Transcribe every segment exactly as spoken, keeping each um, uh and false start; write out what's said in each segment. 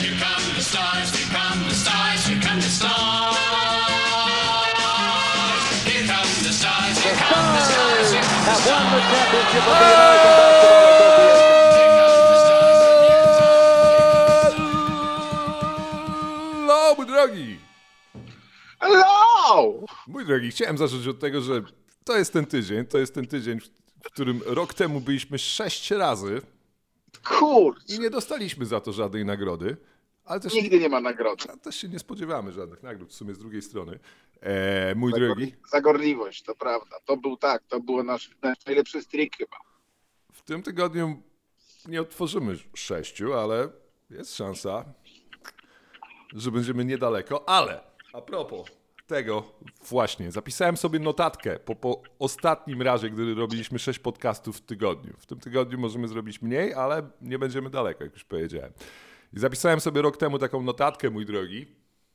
here come the stars, here come the stars, here come the stars. Here come the stars, here come the stars, here come the stars. Have won the championship of the American Basketball Association. Hello, mój drogi! Hello! Mój drogi, chciałem zacząć od tego, że to jest ten tydzień, to jest ten tydzień, w którym rok temu byliśmy sześć razy Kurcz, i nie dostaliśmy za to żadnej nagrody, ale też, nigdy nie ma nagrody. nie, też się nie spodziewamy żadnych nagród, w sumie z drugiej strony. E, mój Zagor- drogi, Zagorliwość, to prawda. To był tak, to był nasz, nasz najlepszy streak chyba. w tym tygodniu nie otworzymy sześciu, ale jest szansa, że będziemy niedaleko, ale a propos tego właśnie, zapisałem sobie notatkę po, po ostatnim razie, gdy robiliśmy sześć podcastów w tygodniu. W tym tygodniu możemy zrobić mniej, ale nie będziemy daleko, jak już powiedziałem. I zapisałem sobie rok temu taką notatkę, mój drogi,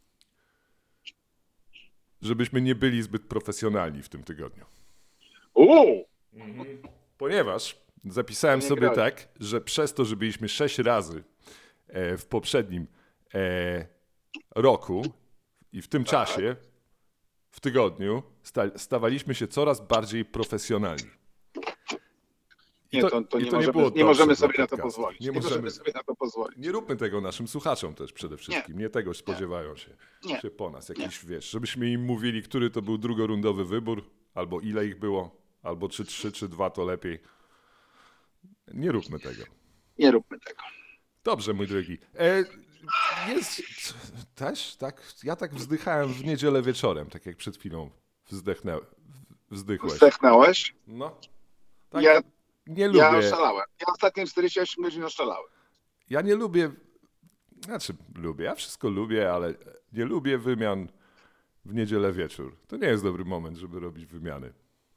żebyśmy nie byli zbyt profesjonalni w tym tygodniu. Uuu! Ponieważ zapisałem To nie sobie grałeś. tak, że przez to, że byliśmy sześć razy e, w poprzednim e, roku i w tym Tak. czasie, w tygodniu, sta, stawaliśmy się coraz bardziej profesjonalni. I Nie, to, to, i nie, to możemy, było nie dobrze możemy dla sobie na to podcastu. pozwolić. Nie Nie, możemy- możemy sobie na to pozwolić. Nie róbmy tego naszym słuchaczom też przede wszystkim. Nie, tego spodziewają się, Nie. się po nas. Jakiś, wiesz, żebyśmy im mówili, który to był drugorundowy wybór, albo ile ich było, albo czy trzy, czy dwa to lepiej. Nie róbmy tego. Nie róbmy tego. Dobrze, mój drogi. E, jest też, tak? Ja tak wzdychałem w niedzielę wieczorem, tak jak przed chwilą wzdechnę, wzdychłeś. Zdechnąłeś? No. Tak, Ja, nie lubię. ja oszalałem. Ja ostatnie czterdzieści osiem godzin oszalałem. Ja nie lubię, znaczy lubię, ja wszystko lubię, ale nie lubię wymian w niedzielę wieczór. To nie jest dobry moment, żeby robić wymiany.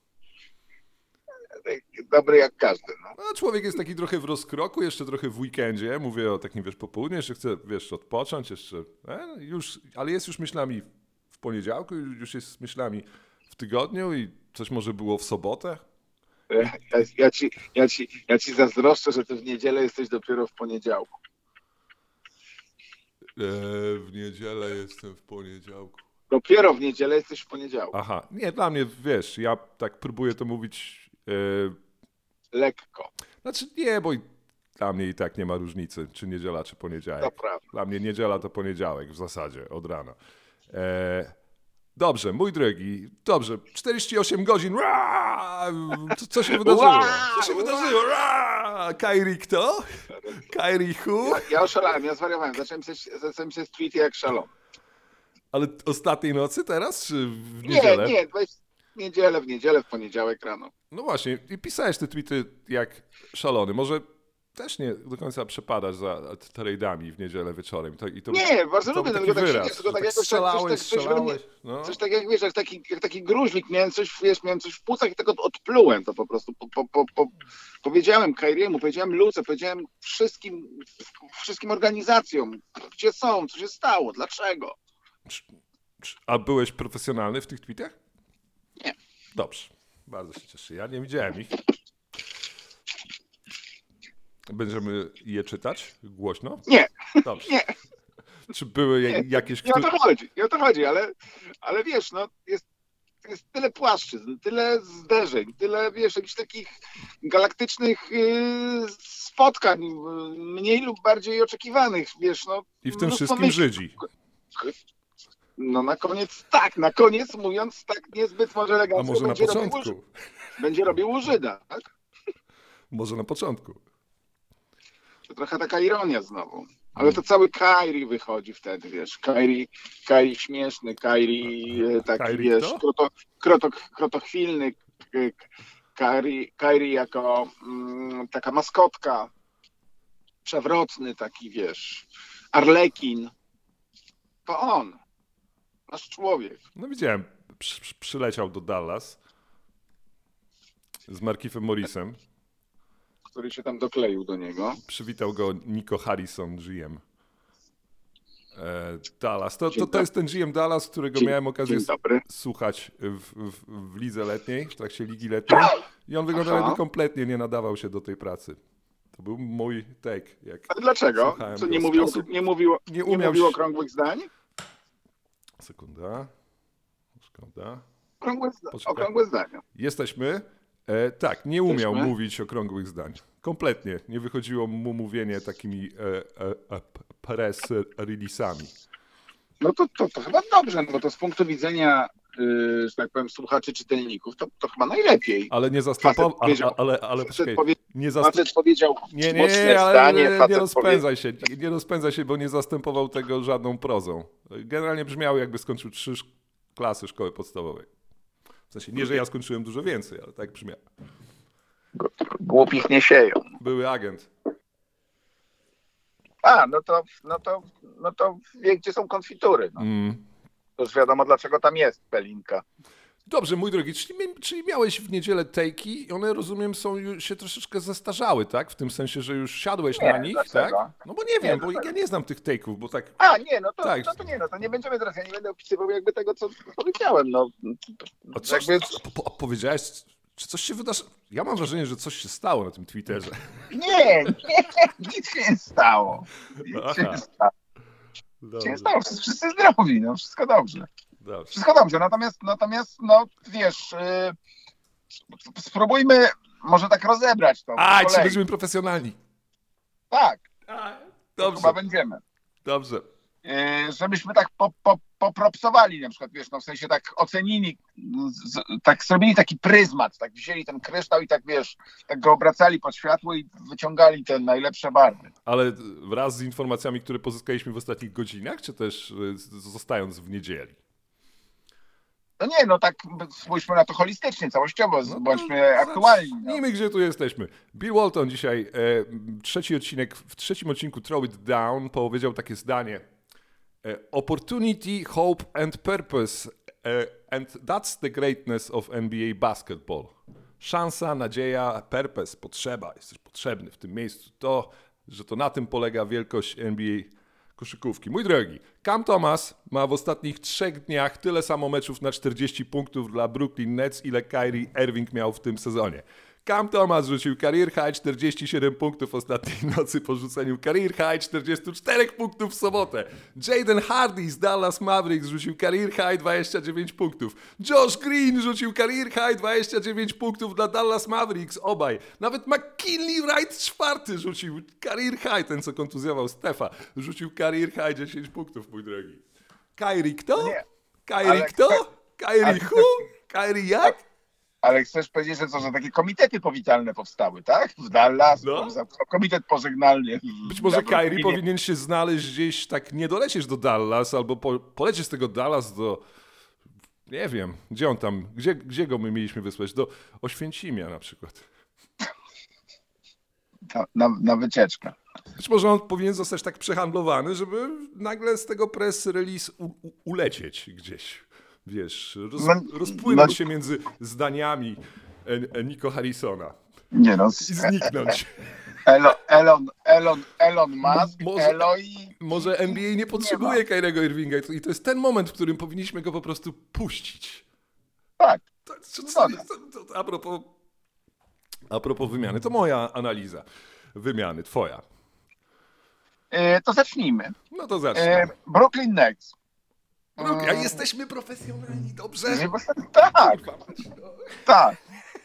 Dobry jak każdy. No. No, człowiek jest taki trochę w rozkroku, jeszcze trochę w weekendzie, mówię o takim, wiesz, popołudniu, jeszcze chce, wiesz, odpocząć, jeszcze, e, już, ale jest już myślami w poniedziałku, już jest myślami w tygodniu i coś może było w sobotę. Ja, ja, ci, ja, ci, ja ci zazdroszczę, że ty w niedzielę jesteś dopiero w poniedziałku. E, w niedzielę jestem w poniedziałku. Dopiero w niedzielę jesteś w poniedziałku. Aha, nie, dla mnie, wiesz, ja tak próbuję to mówić, e, Lekko. znaczy nie, bo i dla mnie i tak nie ma różnicy, czy niedziela, czy To poniedziałek. prawda. Dla mnie niedziela to poniedziałek w zasadzie, od rana. E, dobrze, mój drogi, dobrze, czterdzieści osiem godzin, Raa! Co, co się wydarzyło? Wow! Co się wydarzyło? Raa! Kairi kto? Kairi who? Ja, ja oszalałem, ja zwariowałem. Zacząłem się, zacząłem się z tweety jak szalony. Ale ostatniej nocy teraz, czy w Nie, niedzielę? nie, weź w niedzielę, w niedzielę, w poniedziałek rano. No właśnie, i pisałeś te tweety jak szalony. Może też nie do końca przepadasz za trade'ami w niedzielę wieczorem. To, i to, Nie, bardzo to lubię, był tylko taki tak, wyraz, się, tylko że tak tak jakoś tak, strzelałeś, coś, tak, coś we mnie, strzelałeś. No. coś tak jak wiesz, jak taki, jak taki gruźlik, miałem coś, wiesz, miałem coś w płucach i tak od, odplułem to po prostu. Po, po, po, po, powiedziałem Kairiemu, powiedziałem Luce, powiedziałem wszystkim, wszystkim organizacjom, gdzie są, co się stało, dlaczego. A byłeś profesjonalny w tych tweetach? Nie. Dobrze, bardzo się cieszę. Ja nie widziałem ich. Będziemy je czytać głośno? Nie, Dobrze. nie. Czy były Nie, jakieś... nie o to chodzi, nie o to chodzi, ale, ale wiesz, no, jest, jest tyle płaszczyzn, tyle zderzeń, tyle, wiesz, jakichś takich galaktycznych yy, spotkań, yy, mniej lub bardziej oczekiwanych, wiesz, no. I w tym mnóstwo wszystkim myśli. Żydzi. No na koniec tak, na koniec mówiąc tak niezbyt może A elegancko, może na będzie, robił, początku? będzie robił u Żyda, tak? Może na początku. To trochę taka ironia znowu. Ale to cały Kairi wychodzi wtedy, wiesz, Kairi, Kairi śmieszny, Kairi e, taki, Kairi wiesz, kto? kroto, kroto, krotochwilny, k- Kairi, Kairi jako mm, taka maskotka, przewrotny taki, wiesz, arlekin. To on, nasz człowiek. No widziałem, przy, przy, przyleciał do Dallas z Markifem Morrisem. Który się tam dokleił do niego. Przywitał go Nico Harrison, G M e, Dallas. To, to, Dzień to jest ten G M Dallas, którego Dzień- miałem okazję dzień dobry. słuchać w, w, w lidze letniej, w trakcie ligi letniej. I on wyglądał, Aha. jakby kompletnie nie nadawał się do tej pracy. To był mój take. Jak A dlaczego? słuchałem Co go. nie mówił, Sposób- nie mówił, nie nie umiał mówił się- okrągłych zdań? Sekunda. Sekunda. Okrągłe, zda- Poczekaj. okrągłe zdania. Jesteśmy. E, tak, nie umiał Jesteśmy. mówić okrągłych zdań. Kompletnie. Nie wychodziło mu mówienie takimi e, e, e, press release'ami. No to, to, to chyba dobrze, no bo to z punktu widzenia, yy, że tak powiem, słuchaczy, czytelników, to, to chyba najlepiej. Ale nie zastępował. Facet powiedział- Ale, ale, ale Facet, poczekaj, powie, nie zastępował. facet powiedział Nie, nie, mocne nie, ale zdanie, nie, nie facet rozpędzaj się, nie rozpędzaj się, bo nie zastępował tego żadną prozą. Generalnie brzmiało, jakby skończył trzy szk- klasy szkoły podstawowej. W sensie, nie, że ja skończyłem dużo więcej, ale tak brzmiało. Powie, głupich nie sieją. Były agent. A, no to, no to, no to wie, gdzie są konfitury. No. Mm. To już wiadomo, dlaczego tam jest Pelinka. Dobrze, mój drogi, czyli, mi- czyli miałeś w niedzielę take'i i one, rozumiem, są już się troszeczkę zestarzały, tak? W tym sensie, że już siadłeś Nie, na nich, dlaczego? tak? No bo nie wiem, bo dlaczego? ja nie znam tych take'ów, bo tak... A, nie, no to, Tak. no to nie, no to nie będziemy teraz, ja nie będę opisywał jakby tego, co powiedziałem, no. A coś, Jakby, po, po, powiedziałeś, czy coś się wydarzy? Ja mam wrażenie, że coś się stało na tym Twitterze. nie, nie, nic się nie stało. Nic się Aha. nie stało. Nic się Dobrze, nie stało, wszyscy, wszyscy zdrowi, no, wszystko dobrze. dobrze. Wszystko dobrze, natomiast, natomiast no wiesz, yy, spróbujmy może tak rozebrać to. A, po czy kolei. będziemy profesjonalni? Tak, Dobrze, chyba będziemy. dobrze. Yy, żebyśmy tak po, po, popropsowali na przykład, wiesz, no w sensie tak ocenili, z, tak zrobili taki pryzmat, tak wzięli ten kryształ i tak, wiesz, tak go obracali pod światło i wyciągali te najlepsze barwy. Ale wraz z informacjami, które pozyskaliśmy w ostatnich godzinach, czy też y, z- zostając w niedzieli? No nie, no tak spójrzmy na to holistycznie, całościowo, No to bądźmy aktualni. No. Zacznijmy, gdzie tu jesteśmy. Bill Walton dzisiaj, e, trzeci odcinek, w trzecim odcinku Throw It Down powiedział takie zdanie. E, Opportunity, hope and purpose. E, and that's the greatness of N B A basketball. Szansa, nadzieja, purpose, potrzeba. Jesteś potrzebny w tym miejscu. To, że to na tym polega wielkość N B A koszykówki. Mój drogi, Cam Thomas ma w ostatnich trzech dniach tyle samo meczów na czterdzieści punktów dla Brooklyn Nets, ile Kyrie Irving miał w tym sezonie. Cam Thomas rzucił career high czterdzieści siedem punktów ostatniej nocy po rzuceniu career high czterdzieści cztery punktów w sobotę. Jaden Hardy z Dallas Mavericks rzucił career high dwadzieścia dziewięć punktów. Josh Green rzucił career high dwadzieścia dziewięć punktów dla Dallas Mavericks, obaj. Nawet McKinley Wright czwarty rzucił career high, ten co kontuzjował Stefa, rzucił career high dziesięć punktów, mój drogi. Kyrie kto? Nie, Kyrie ale- kto? Kyrie ale- who? Kyrie jak? Ale chcesz powiedzieć, że co, że takie komitety powitalne powstały, tak? W Dallas, No. no. komitet pożegnalny. w- Być może w Kyrie Brooklynie. powinien się znaleźć gdzieś, tak nie dolecieć do Dallas, albo po, polecieć z tego Dallas do, nie wiem, gdzie on tam, gdzie, gdzie go my mieliśmy wysłać? Do Oświęcimia na przykład. Na, na, na wycieczkę. Być może on powinien zostać tak przehandlowany, żeby nagle z tego press release u, u, ulecieć gdzieś, wiesz, roz, No, rozpłynąć no- się między zdaniami e, e, Nico Harrisona Nie no, i zniknąć. Elon, Elon, Elon, Elon Musk, Może- Eloi. Może N B A nie potrzebuje Kyriego Irvinga i to jest ten moment, w którym powinniśmy go po prostu puścić. Tak, To, to, to, Zgoda. to, to, a, propos, a propos wymiany, to moja analiza wymiany, twoja. e, to zacznijmy. No to E, zacznij. Brooklyn Nets. Bruk, a jesteśmy profesjonalni, dobrze? Nie, bo- Tak, Kurwa mać, no. tak.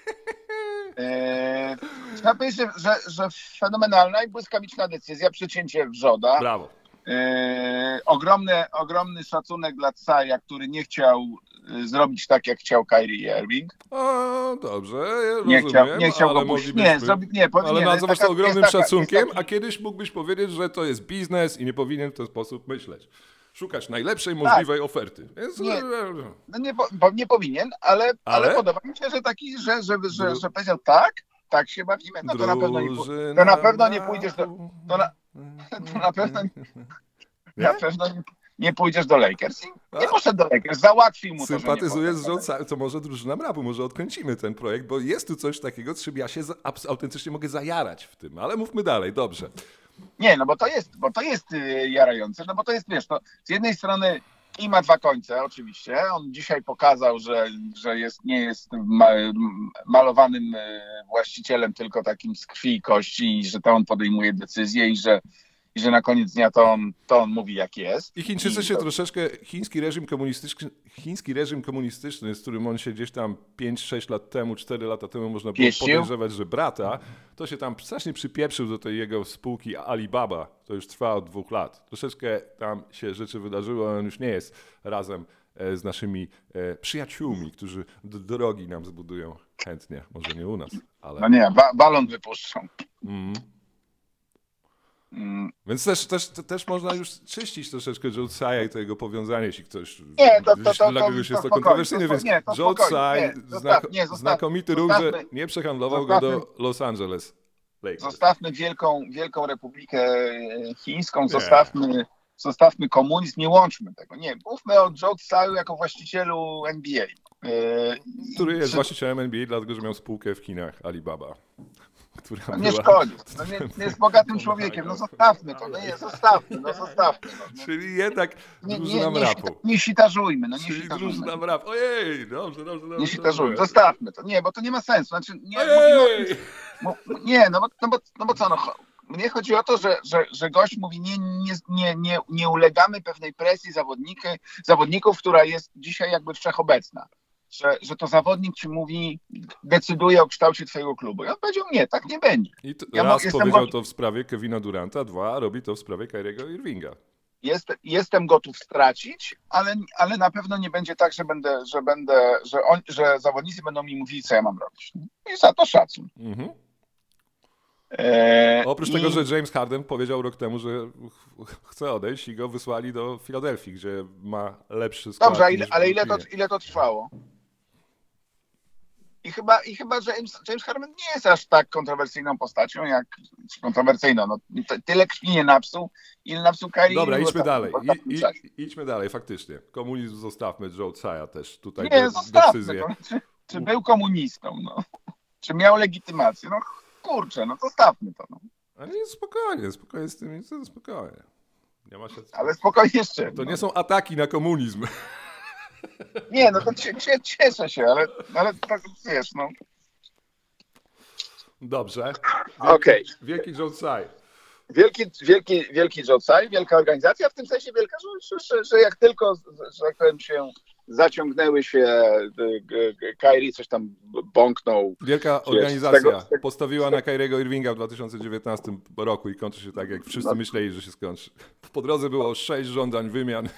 E, trzeba powiedzieć, że, że, że fenomenalna i błyskawiczna decyzja, przecięcie wrzoda. Brawo. E, ogromny, ogromny szacunek dla Tsaja, który nie chciał e, zrobić tak, jak chciał Kyrie Irving. O, dobrze, ja Nie rozumiem, chciał, nie chciał ale go puścić. moglibyśmy... Nie, zrobi, nie, po, Ale nie, nazywasz taka- to ogromnym jest taka- szacunkiem, jest taki- a kiedyś mógłbyś powiedzieć, że to jest biznes i nie powinien w ten sposób myśleć. Szukać najlepszej możliwej oferty. Więc... Nie. No nie, po- bo, nie powinien, ale, ale? Ale? podoba mi się, że taki, że, że, że, że, że powiedział tak, tak się bawimy, no to na pewno nie, pu- Drużyna to na pewno nie pójdziesz do, brachu. to na, to na pewno nie, Nie? na pewno nie, nie pójdziesz do Lakers. I nie A? poszedł do Lakers, załatwił mu to, że nie Sympatyzuję z poszedł. rządca, to może drużyna mrapu, może odkręcimy ten projekt, bo jest tu coś takiego, czym ja się za, abs- autentycznie mogę zajarać w tym, ale mówmy dalej, dobrze. Nie, no bo to jest, bo to jest y, jarające, no bo to jest, wiesz, no, z jednej strony i ma dwa końce oczywiście. On dzisiaj pokazał, że, że jest, nie jest ma, malowanym właścicielem, tylko takim z krwi i kości, i że to on podejmuje decyzje i że, i że na koniec dnia to on, to on mówi jak jest. I Chińczycy I się to... troszeczkę, chiński reżim komunistyczny, chiński reżim komunistyczny, z którym on się gdzieś tam pięć sześć lat temu, cztery lata temu można było Pieścił? podejrzewać, że brata, to się tam strasznie przypieprzył do tej jego spółki Alibaba. To już trwa od dwóch lat. Troszeczkę tam się rzeczy wydarzyły, on już nie jest razem e, z naszymi e, przyjaciółmi, którzy d- drogi nam zbudują chętnie. Może nie u nas, ale... No nie, ba- balon wypuszczą. Mm. Mm. Więc też, też, też można już czyścić troszeczkę Joe Tsai i to jego powiązanie, jeśli ktoś, Nie, to- to- jeśli to- dla to- kogoś to jest to spokojnie, kontrowersyjne, to więc spo- nie, to Joe spokojnie, Tsai, nie, zostaw- znako, nie, zostaw- znakomity ruch, że zostawmy- nie przehandlował go do zostawmy- Los Angeles Lakers. Zostawmy wielką, wielką Republikę Chińską, zostawmy, zostawmy komunizm, nie łączmy tego. Nie, mówmy o Joe Tsai jako właścicielu N B A. Yy, Który jest czy- właścicielem N B A, dlatego że miał spółkę w Chinach, Alibaba. Która No nie była- szkodzi, no nie, nie jest bogatym człowiekiem, no zostawmy to, no nie, zostawmy, no zostawmy. No. Czyli jednak Nie, nie, drużyna nie, mrapu. sita- nie sitażujmy, no nie Czyli sitażujmy. drużyna mrapu. Ojej, dobrze, dobrze, dobrze. Nie sitażujmy, dobrze. zostawmy to. Nie, bo to nie ma sensu. Znaczy, nie, Ojej! mówimy o- mu- nie no, bo, no, bo, no bo co, no, cho- mnie chodzi o to, że, że, że gość mówi, nie, nie, nie, nie, nie ulegamy pewnej presji zawodników, zawodników, która jest dzisiaj jakby wszechobecna. Że, że to zawodnik ci mówi, decyduje o kształcie twojego klubu. I on powiedział, nie, tak nie będzie. I to, Ja mo- raz jestem powiedział gotów. to w sprawie Kevina Duranta, dwa robi to w sprawie Kyriego Irvinga. Jest, jestem gotów stracić, ale, ale na pewno nie będzie tak, że będę, że będę, że, on, że zawodnicy będą mi mówili, co ja mam robić. I za to szacun. Mhm. Eee, Oprócz i- tego, że James Harden powiedział rok temu, że ch- chce odejść i go wysłali do Filadelfii, gdzie ma lepszy skład. Dobrze, a ile, niż w ale ile to, Brooklynie. ile to trwało? I chyba, i chyba że James, James Harden nie jest aż tak kontrowersyjną postacią, jak czy kontrowersyjną. No, t- tyle krwi nie napsuł, ile napsuł Kyrie. Dobra, w idźmy ostatnim- dalej. w ostatnim I, czasie. i, idźmy dalej, faktycznie. Komunizm zostawmy, Joe Tsai'a też tutaj Nie, de- zostawmy. decyzję. To, czy, czy był komunistą? No. Czy miał legitymację? No kurczę, no zostawmy to. No. Ale nie, spokojnie, spokojnie z tym, spokojnie. Nie ma się... Ale spokojnie jeszcze. To no. nie są ataki na komunizm. Nie, no to cie, cie, cieszę się, ale, ale tak wiesz, no. Dobrze. Wielki, Okej. wielki Joe Tsai. Wielki, wielki, wielki Joe Tsai, wielka organizacja, w tym sensie wielka, że, że, że jak tylko, że tak powiem, się zaciągnęły się, y, g- g- Kyrie coś tam bąknął. Wielka Wiesz, organizacja z tego- z tego- postawiła na Kyriego Irvinga w dwa tysiące dziewiętnadstym roku i kończy się tak, jak wszyscy No. myśleli, że się skończy. Po drodze było sześć żądań wymian.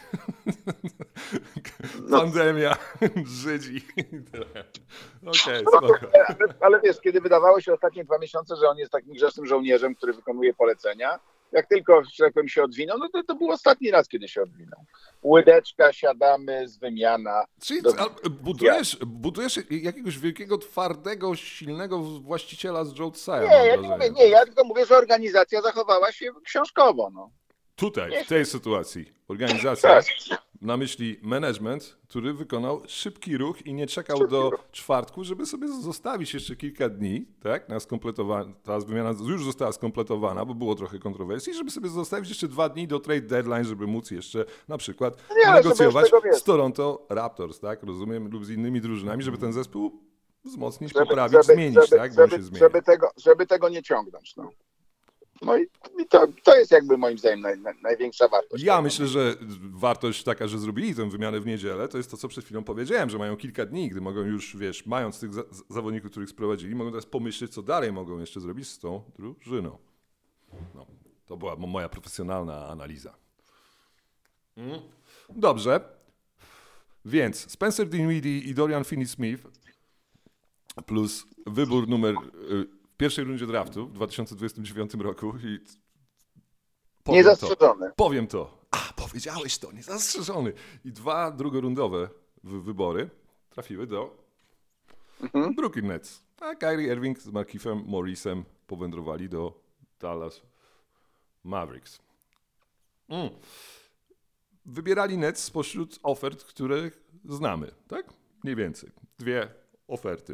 No. Pandemia, Żydzi i tyle. Okej, spoko. Ale, ale wiesz, kiedy wydawało się ostatnie dwa miesiące, że on jest takim grzecznym żołnierzem, który wykonuje polecenia, jak tylko, że tak powiem, się odwinął, no to, to był ostatni raz, kiedy się odwinął. Łydeczka, siadamy, z wymiana. Czyli Dobra. a, budujesz, budujesz jakiegoś wielkiego, twardego, silnego właściciela z Joe Tsai'a, Nie, mam ja nie wrażenie. mówię, nie, ja tylko mówię, że organizacja zachowała się książkowo, no. Tutaj, w tej sytuacji, organizacja Tak. na myśli management, który wykonał szybki ruch i nie czekał Szybki do ruch. czwartku, żeby sobie zostawić jeszcze kilka dni, tak, na skompletowanie, ta wymiana już została skompletowana, bo było trochę kontrowersji, żeby sobie zostawić jeszcze dwa dni do trade deadline, żeby móc jeszcze na przykład Nie, ale negocjować żeby już tego wiesz. z Toronto Raptors, tak, rozumiem, lub z innymi drużynami, żeby ten zespół wzmocnić, Żeby, poprawić, żeby, zmienić, żeby, tak, bo on się żeby, zmienia. żeby, tego, żeby tego nie ciągnąć, no. No i, i to, to jest jakby moim zdaniem naj, naj, największa wartość. Ja myślę, że wartość taka, że zrobili tę wymianę w niedzielę, to jest to, co przed chwilą powiedziałem, że mają kilka dni, gdy mogą już, wiesz, mając tych za- zawodników, których sprowadzili, mogą teraz pomyśleć, co dalej mogą jeszcze zrobić z tą drużyną. No, to była mo- moja profesjonalna analiza. Mm. Dobrze. Więc Spencer Dinwiddie i Dorian Finney-Smith plus wybór numer y, w pierwszej rundzie draftu w dwa tysiące dwudziestym dziewiątym roku i powiem to. Niezastrzeżony. Powiem to. A, powiedziałeś to, niezastrzeżony. I dwa drugorundowe wy- wybory trafiły do Mhm. Brooklyn Nets. A Kyrie Irving z Markifem Morrisem powędrowali do Dallas Mavericks. Mm. Wybierali Nets spośród ofert, które znamy, tak? Mniej więcej. Dwie oferty.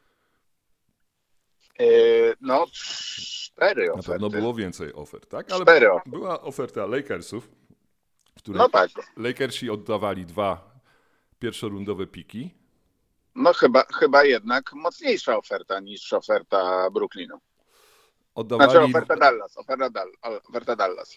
Yy, no, cztery Na oferty. pewno było więcej ofert, tak? Ale Cztery oferty. była oferta Lakersów, w której No tak. Lakersi oddawali dwa pierwszorundowe piki. No chyba, chyba jednak mocniejsza oferta niż oferta Brooklynu. Oddawali, Znaczy oferta Dallas, oferta, Dal, oferta Dallas.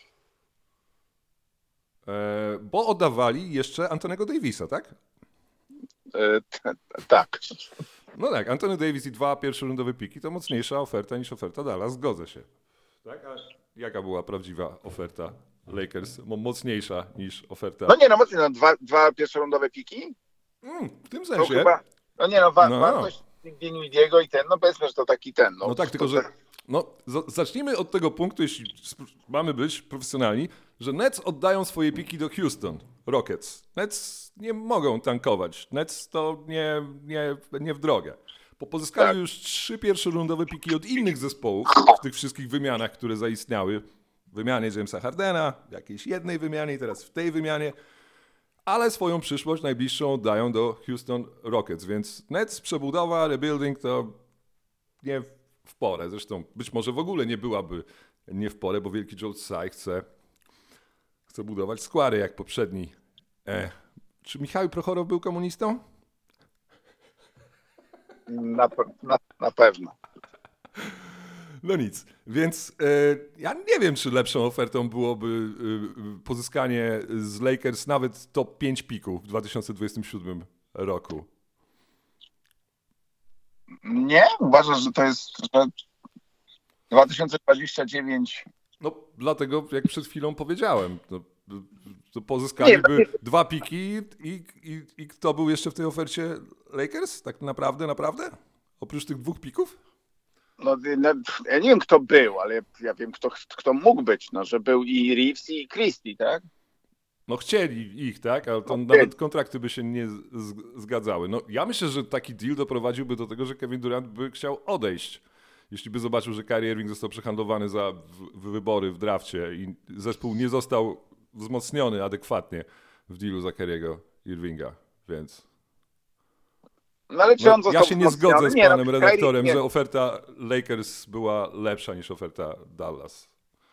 e, bo oddawali jeszcze Antonego Davisa, tak? E, t, t, tak. No tak, Anthony Davis i dwa pierwszorundowe piki to mocniejsza oferta niż oferta Dallas, zgodzę się. Tak? A jaka była prawdziwa oferta Lakers? Mo- Mocniejsza niż oferta... No nie, no mocniej, no, dwa, dwa pierwszorundowe piki. Mm, w tym To sensie... chyba, no nie no, wa, No. wartość Dinwidiego i ten, no powiedzmy, że to taki ten. No, No tak, tylko to, że no, z- zacznijmy od tego punktu, jeśli sp- mamy być profesjonalni, że Nets oddają swoje piki do Houston Rockets. Nets nie mogą tankować. Nets to nie, nie, nie w drogę. Bo pozyskali Tak. już trzy pierwszorundowe piki od innych zespołów w tych wszystkich wymianach, które zaistniały. W wymianie Jamesa Hardena, w jakiejś jednej wymianie i teraz w tej wymianie. Ale swoją przyszłość najbliższą oddają do Houston Rockets, więc Nets, przebudowa, rebuilding to nie w porę. Zresztą być może w ogóle nie byłaby nie w porę, bo wielki Joe Tsai chce, chce budować składy jak poprzedni. E, czy Michał Prochorow był komunistą? na, pe- na, na pewno. No nic, więc e, ja nie wiem, czy lepszą ofertą byłoby e, pozyskanie z Lakers nawet top pięć pików w dwa tysiące dwudziestym siódmym roku. Nie? Uważasz, że to jest że dwa tysiące dwudziesty dziewiąty? No, dlatego, jak przed chwilą powiedziałem, to, to pozyskaliby Nie, dwa piki i, i, i kto był jeszcze w tej ofercie Lakers? Tak naprawdę, naprawdę? Oprócz tych dwóch pików? No, no, ja nie wiem, kto był, ale ja wiem, kto, kto mógł być. No, że był i Reeves, i Christie, tak? No chcieli ich, tak? Ale to No, nawet kontrakty by się nie z, zgadzały. No, ja myślę, że taki deal doprowadziłby do tego, że Kevin Durant by chciał odejść. Jeśli by zobaczył, że Kyrie Irving został przehandlowany za w, w wybory w drafcie i zespół nie został wzmocniony adekwatnie w dealu za Kyriego Irvinga, więc... No, ale czy No, on został ja się nie wzmocniony? zgodzę z Nie, panem no, redaktorem, Kyrie- że nie. oferta Lakers była lepsza niż oferta Dallas.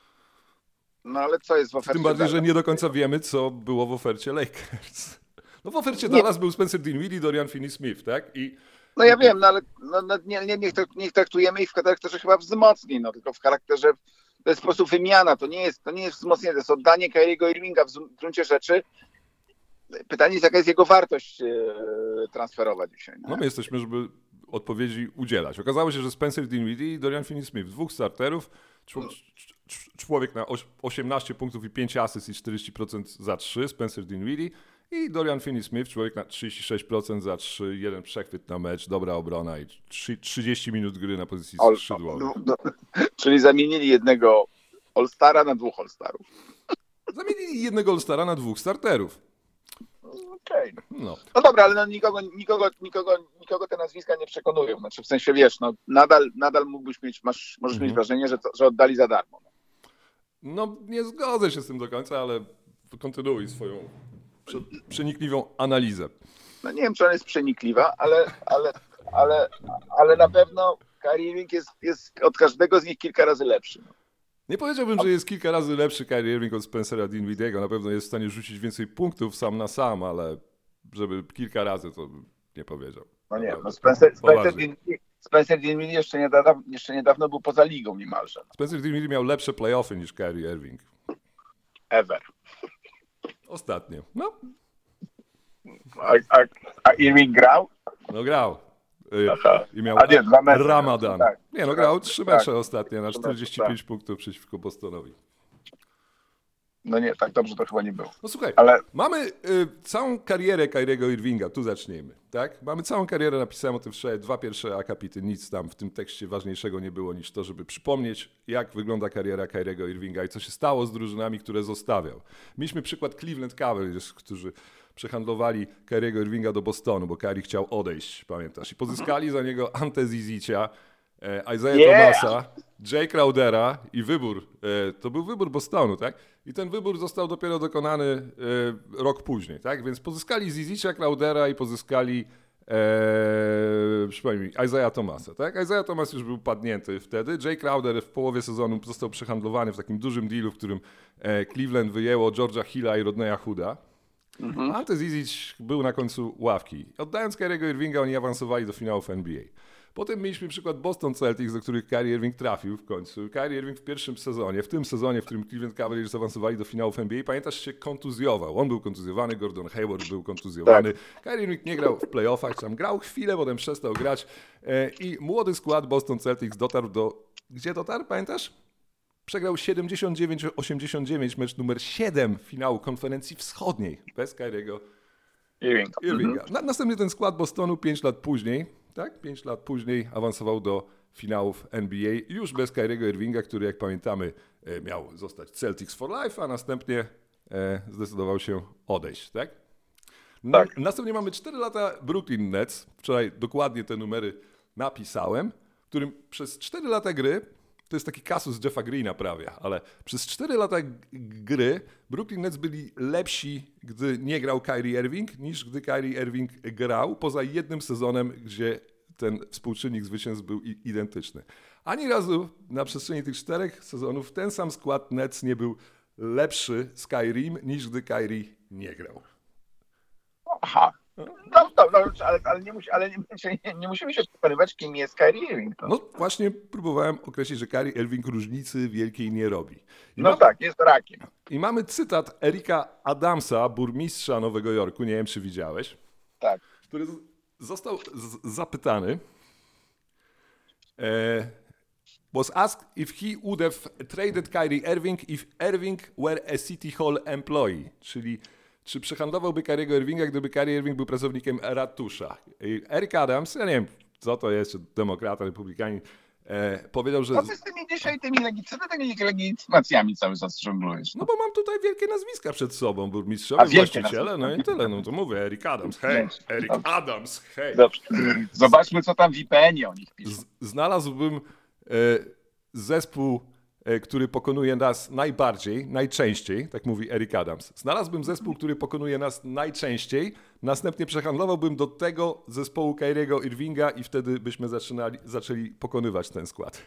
No ale co jest w ofercie? Tym bardziej, że Dallas? nie do końca wiemy, co było w ofercie Lakers. No w ofercie Nie. Dallas był Spencer Dinwiddie, Dorian Finney-Smith, tak? I No ja wiem, no ale no, no, nie, nie, niech, to, niech traktujemy ich w charakterze chyba wzmocnień, no tylko w charakterze, to jest po prostu wymiana, to nie jest, to nie jest wzmocnienie, to jest oddanie Kyriego Irvinga w z- w gruncie rzeczy. Pytanie jest, jaka jest jego wartość e, transferowa dzisiaj. no No? my jesteśmy, żeby odpowiedzi udzielać. Okazało się, że Spencer Dinwiddie i Dorian Finney-Smith, dwóch starterów, czł- cz- cz- człowiek na oś- osiemnaście punktów i pięć asyst i czterdzieści procent za trzy, Spencer Dinwiddie, i Dorian Finney-Smith, człowiek na trzydzieści sześć procent za trzy, jeden przechwyt na mecz, dobra obrona i trzy- trzydzieści minut gry na pozycji All- skrzydłowej. no, no, czyli zamienili jednego All-Stara na dwóch All-Starów. Zamienili jednego All-Stara na dwóch starterów. Okej. No. No dobra, ale no nikogo, nikogo, nikogo, nikogo te nazwiska nie przekonują. Znaczy w sensie wiesz, no nadal, nadal mógłbyś mieć, masz, możesz Mhm. mieć wrażenie, że, to, że oddali za darmo. No, nie zgodzę się z tym do końca, ale kontynuuj swoją prze, przenikliwą analizę. No nie wiem, czy ona jest przenikliwa, ale, ale, ale, ale na pewno Kyrie Irving jest, jest od każdego z nich kilka razy lepszy. Nie powiedziałbym, że jest kilka razy lepszy Kyrie Irving od Spencera Dinwiddiego. Na pewno jest w stanie rzucić więcej punktów sam na sam, ale żeby kilka razy, to bym nie powiedział. No nie, Naprawdę. no Spencer, Spencer, Poważnie. Dinwiddie, Spencer Dinwiddie jeszcze niedawno, jeszcze niedawno był poza ligą niemalże. Spencer Dinwiddie miał lepsze playoffy niż Kyrie Irving. Ever. Ostatnio. No, A, a, a Irving grał? no grał. Y, Aha. I miał A nie, dwa mecze. Ramadan. Tak. Nie, no grał trzy Tak. mecze ostatnio na Trzy mecze, czterdzieści pięć punktów przeciwko Bostonowi. No nie, tak dobrze to chyba nie było. No słuchaj, Ale mamy y, całą karierę Kyriego Irvinga, tu zacznijmy, tak? Mamy całą karierę, napisałem o tym wczoraj, dwa pierwsze akapity, nic tam w tym tekście ważniejszego nie było niż to, żeby przypomnieć, jak wygląda kariera Kyriego Irvinga i co się stało z drużynami, które zostawiał. Mieliśmy przykład Cleveland Cavaliers, którzy przehandlowali Kyriego Irvinga do Bostonu, bo Kyrie chciał odejść, pamiętasz? I pozyskali za niego Ante Zizicia, e, Isaiah Yeah! Thomasa, Jay Crowdera i wybór, e, to był wybór Bostonu, tak? I ten wybór został dopiero dokonany e, rok później, tak? Więc pozyskali Zizicia, Crowdera i pozyskali Eee, przypomnij mi, Isaiah Thomasa, tak? Isaiah Thomas już był padnięty wtedy. Jay Crowder w połowie sezonu został przehandlowany w takim dużym dealu, w którym e, Cleveland wyjęło George'a Hilla i Rodneya Hooda. Mhm. Ante Zizic był na końcu ławki. Oddając Kyriego Irvinga, oni awansowali do finałów N B A. Potem mieliśmy przykład Boston Celtics, do których Kyrie Irving trafił w końcu. Kyrie Irving w pierwszym sezonie, w tym sezonie, w którym Cleveland Cavaliers awansowali do finałów N B A, pamiętasz, się kontuzjował. On był kontuzjowany, Gordon Hayward był kontuzjowany. Tak. Kyrie Irving nie grał w playoffach, tam grał chwilę, potem przestał grać i młody skład Boston Celtics dotarł do... Gdzie dotarł, pamiętasz? Przegrał siedemdziesiąt dziewięć osiemdziesiąt dziewięć, mecz numer siedem finału konferencji wschodniej bez Kyriego Irvinga. Irvinga. Na, następnie ten skład Bostonu pięć lat później, tak? pięć lat później awansował do finałów N B A już bez Kyriego Irvinga, który, jak pamiętamy, miał zostać Celtics for life, a następnie zdecydował się odejść, tak? Tak. Następnie mamy cztery lata Brooklyn Nets. Wczoraj dokładnie te numery napisałem, w którym przez cztery lata gry, to jest taki kasus Jeffa Greena prawie, ale przez cztery lata g- gry Brooklyn Nets byli lepsi, gdy nie grał Kyrie Irving, niż gdy Kyrie Irving grał, poza jednym sezonem, gdzie ten współczynnik zwycięstw był i- identyczny. Ani razu na przestrzeni tych czterech sezonów ten sam skład Nets nie był lepszy z Kyriem, niż gdy Kyrie nie grał. Aha. No, no, no ale, ale, nie, musi, ale nie, nie, nie musimy się przekonywać, kim jest Kyrie Irving. To. No właśnie próbowałem określić, że Kyrie Irving różnicy wielkiej nie robi. I no mam, tak, jest rakiem. I mamy cytat Erika Adamsa, burmistrza Nowego Jorku, nie wiem czy widziałeś, Tak. który z- został z- zapytany, e, was asked if he would have traded Kyrie Irving if Irving were a City Hall employee, czyli czy przehandlowałby Kyriego Irvinga, gdyby Kyrie Irving był pracownikiem ratusza. I Eric Adams, ja nie wiem co to jest, czy demokrata, republikanin, e, powiedział, że... Co ty z tymi dzisiaj, tymi, legi- co ty tymi legitymacjami cały czas żonglujesz? No bo mam tutaj wielkie nazwiska przed sobą, A, burmistrzowie, wielkie właściciele, no i tyle, no to mówię, Eric Adams, hej, Eric Dobrze. Adams, hej. Dobrze. Zobaczmy, co tam w I P N ie o nich pisze. Z- Znalazłbym e, zespół, e, który pokonuje nas najbardziej, najczęściej, tak mówi Eric Adams. Znalazłbym zespół, który pokonuje nas najczęściej, następnie przehandlowałbym do tego zespołu Kyriego Irvinga i wtedy byśmy zaczynali, zaczęli pokonywać ten skład.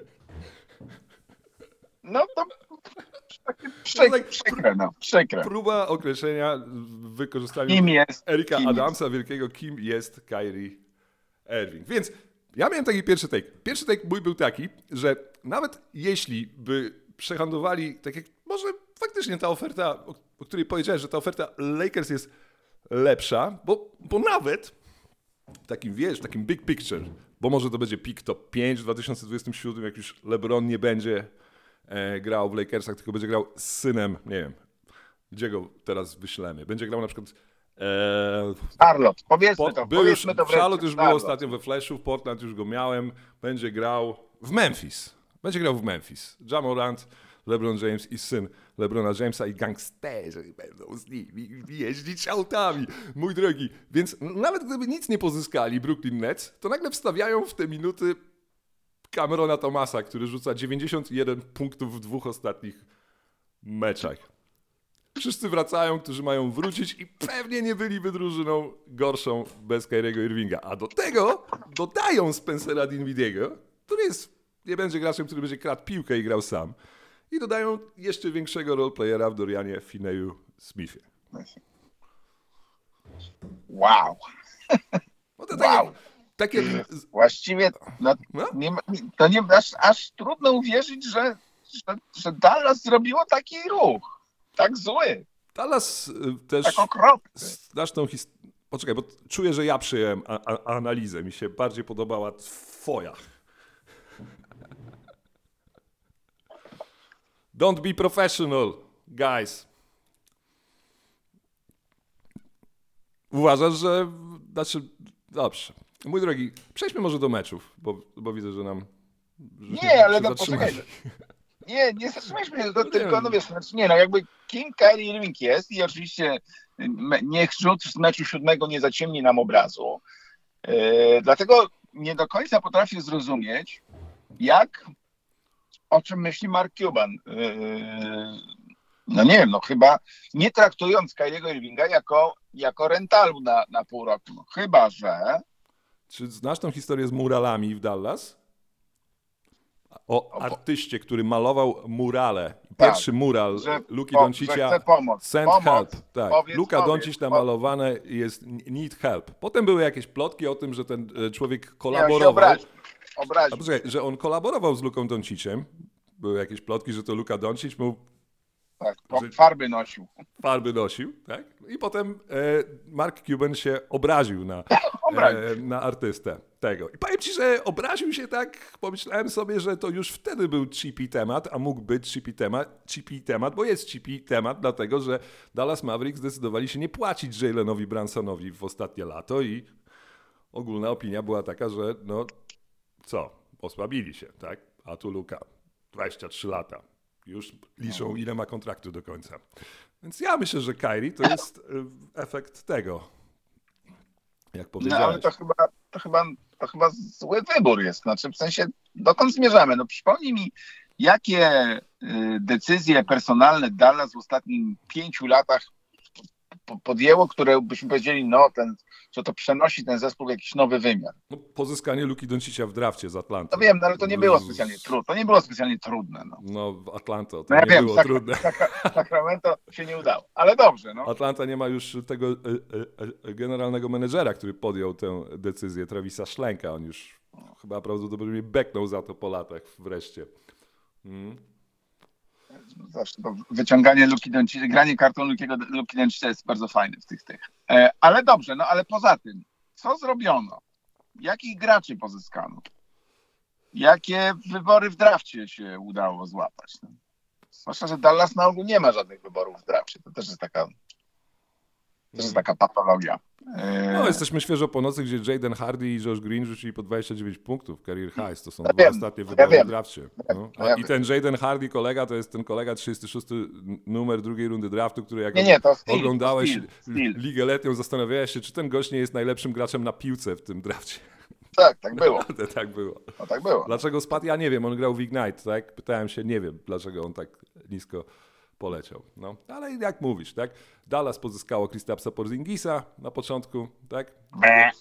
No to przykre, przykre, no, przykre. Próba określenia w wykorzystaniu Kim jest? Erika kim Adamsa wielkiego, kim jest Kyrie Irving. Więc ja miałem taki pierwszy take. Pierwszy take mój był taki, że nawet jeśli by przehandlowali, tak jak może faktycznie ta oferta, o, o której powiedziałeś, że ta oferta Lakers jest lepsza, bo, bo nawet w takim, wiesz, w takim big picture, bo może to będzie pick top pięć w dwa tysiące dwudziestym siódmym, jak już LeBron nie będzie e, grał w Lakersach, tylko będzie grał z synem, nie wiem, gdzie go teraz wyślemy. Będzie grał na przykład e, Charlotte, powiedzmy po, to, był już, powiedzmy to w Charlotte już było Charlotte. ostatnio we Flashu, w Portland już go miałem, będzie grał w Memphis. Będzie grał w Memphis. Ja Morant, LeBron James i syn LeBrona Jamesa i gangsterzy będą z nimi jeździć autami, mój drogi. Więc nawet gdyby nic nie pozyskali Brooklyn Nets, to nagle wstawiają w te minuty Camerona Thomasa, który rzuca dziewięćdziesiąt jeden punktów w dwóch ostatnich meczach. Wszyscy wracają, którzy mają wrócić i pewnie nie byliby drużyną gorszą bez Kyriego Irvinga. A do tego dodają Spencera Dinwidiego, który jest, nie będzie graczem, który będzie kradł piłkę i grał sam. I dodają jeszcze większego roleplayera w Dorianie Fineyu Smithie. Wow. No to Wow. tak, jak, tak jak... Właściwie no, No? nie, ma- to nie, aż, aż trudno uwierzyć, że, że, że Dallas zrobiło taki ruch. Tak zły, Dallas y, też... tak okropny. Znasz tą historię... Poczekaj, bo czuję, że ja przyjąłem a, a, analizę. Mi się bardziej podobała twoja. Don't be professional, guys. Uważasz, że... Znaczy, dobrze. Mój drogi, przejdźmy może do meczów, bo, bo widzę, że nam... żeśmy Nie, ale się no zatrzymali. poczekaj. Nie, nie zatrzymaliśmy się, to No tylko, nie. no wiesz, znaczy, nie no, jakby kim Kyrie Irving jest i oczywiście me- niech rzut z meczu siódmego nie zaciemni nam obrazu. Yy, dlatego nie do końca potrafię zrozumieć, jak, o czym myśli Mark Cuban. Yy, No nie wiem, no chyba nie traktując Kyriego Irvinga jako, jako rentalu na, na pół roku. No, chyba, że... Czy znasz tą historię z muralami w Dallas? O O, artyście, który malował murale. Tak, Pierwszy mural że Luki po- że Doncicia, chce pomoc. Send Pomoc. Help. Tak. Powiedz, Luka powiedz, Doncic po- namalowane jest Need Help. Potem były jakieś plotki o tym, że ten e, człowiek Nie, on się kolaborował. obraził. A Obraził. poczekaj, że on kolaborował z Luką Donciciem. Były jakieś plotki, że to Luka Doncic mu Tak, po- że- farby nosił. farby nosił, tak? I potem e, Mark Cuban się obraził na, Obraził. e, na artystę tego. I powiem ci, że obraził się tak, pomyślałem sobie, że to już wtedy był cheapy temat, a mógł być cheapy temat, cheapy temat, bo jest cheapy temat, dlatego że Dallas Mavericks zdecydowali się nie płacić Jalenowi Brunsonowi w ostatnie lato i ogólna opinia była taka, że no co, osłabili się, tak? A tu Luka, dwadzieścia trzy lata. Już liczą, ile ma kontraktu do końca. Więc ja myślę, że Kyrie to jest y, efekt tego, jak No powiedziałeś. ale to chyba, to, chyba, to chyba zły wybór jest. Znaczy w sensie, dokąd zmierzamy? No przypomnij mi, jakie y, decyzje personalne Dallas w ostatnich pięciu latach po- podjęło, które byśmy powiedzieli, no ten, że to przenosi ten zespół w jakiś nowy wymiar. No, pozyskanie Luki Doncicia w drafcie z Atlanty. No wiem, no ale to nie było specjalnie trudne. To nie było specjalnie trudne. No, No, w Atlanta to no ja nie wiem, było Sak- trudne. Sak- Sacramento się nie udało. Ale dobrze, no. Atlanta nie ma już tego e, e, e, generalnego menedżera, który podjął tę decyzję, Travisa Schlenka. On już chyba prawdopodobnie beknął za to po latach wreszcie. Mm. Zawsze to wyciąganie Luki Doncicia, granie kartą Lukiego, Luki Doncicia jest bardzo fajne w tych tych. E, ale dobrze, no ale poza tym, co zrobiono? Jakich graczy pozyskano? Jakie wybory w drafcie się udało złapać? No. Zwłaszcza, że Dallas na ogół nie ma żadnych wyborów w drafcie. To też jest taka, też jest taka patologia. E, No, jesteśmy świeżo po nocy, gdzie Jaden Hardy i Josh Green rzucili po dwadzieścia dziewięć punktów, career highs. To są Ja dwa wiem, ostatnie ja wybory wiem. w drafcie. No. Ja A, I wiem. ten Jaden Hardy kolega to jest ten kolega trzydziesty szósty numer drugiej rundy draftu, który jak Nie, nie, to Steel, oglądałeś to Steel, Steel. ligę letnią, zastanawiałeś się, czy ten gość nie jest najlepszym graczem na piłce w tym drafcie. Tak, tak było. Naprawdę tak było. No, tak było. Dlaczego spadł? Ja nie wiem, on grał w Ignite, tak? Pytałem się, nie wiem, dlaczego on tak nisko poleciał. No, ale jak mówisz, tak? Dallas pozyskało Kristapsa Porzingisa na początku, tak? Be.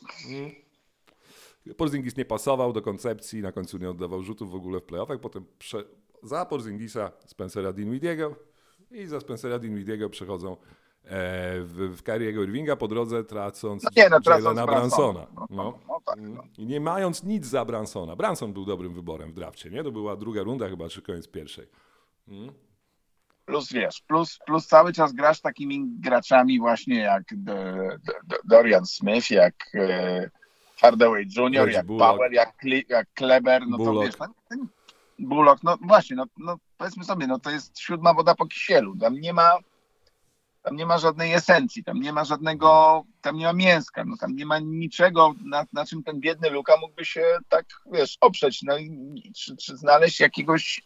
Porzingis nie pasował do koncepcji, na końcu nie oddawał rzutów w ogóle w playoffach, potem prze... za Porzingisa Spencera Dinwidiego i za Spencera Dinwidiego przechodzą e, w, w Kyriego Irvinga, po drodze tracąc No nie, no, tracąc Jalena Brunsona. Brunsona. No, No. no tak, no. I nie mając nic za Brunsona. Brunson był dobrym wyborem w drafcie, nie? To była druga runda chyba, czy koniec pierwszej. Mm. Plus wiesz, plus, plus cały czas grasz takimi graczami właśnie jak D- D- D- Dorian Smith, jak e, Hardaway junior, Reggie jak Bullock. Powell, jak, Kli, jak Kleber, no to Bullock. wiesz, no, ten Bullock, no właśnie, no, no powiedzmy sobie, no to jest siódma woda po kisielu, tam nie ma tam nie ma żadnej esencji, tam nie ma żadnego, tam nie ma mięska, no tam nie ma niczego, na, na czym ten biedny Luka mógłby się tak, wiesz, oprzeć, no i czy, czy znaleźć jakiegoś,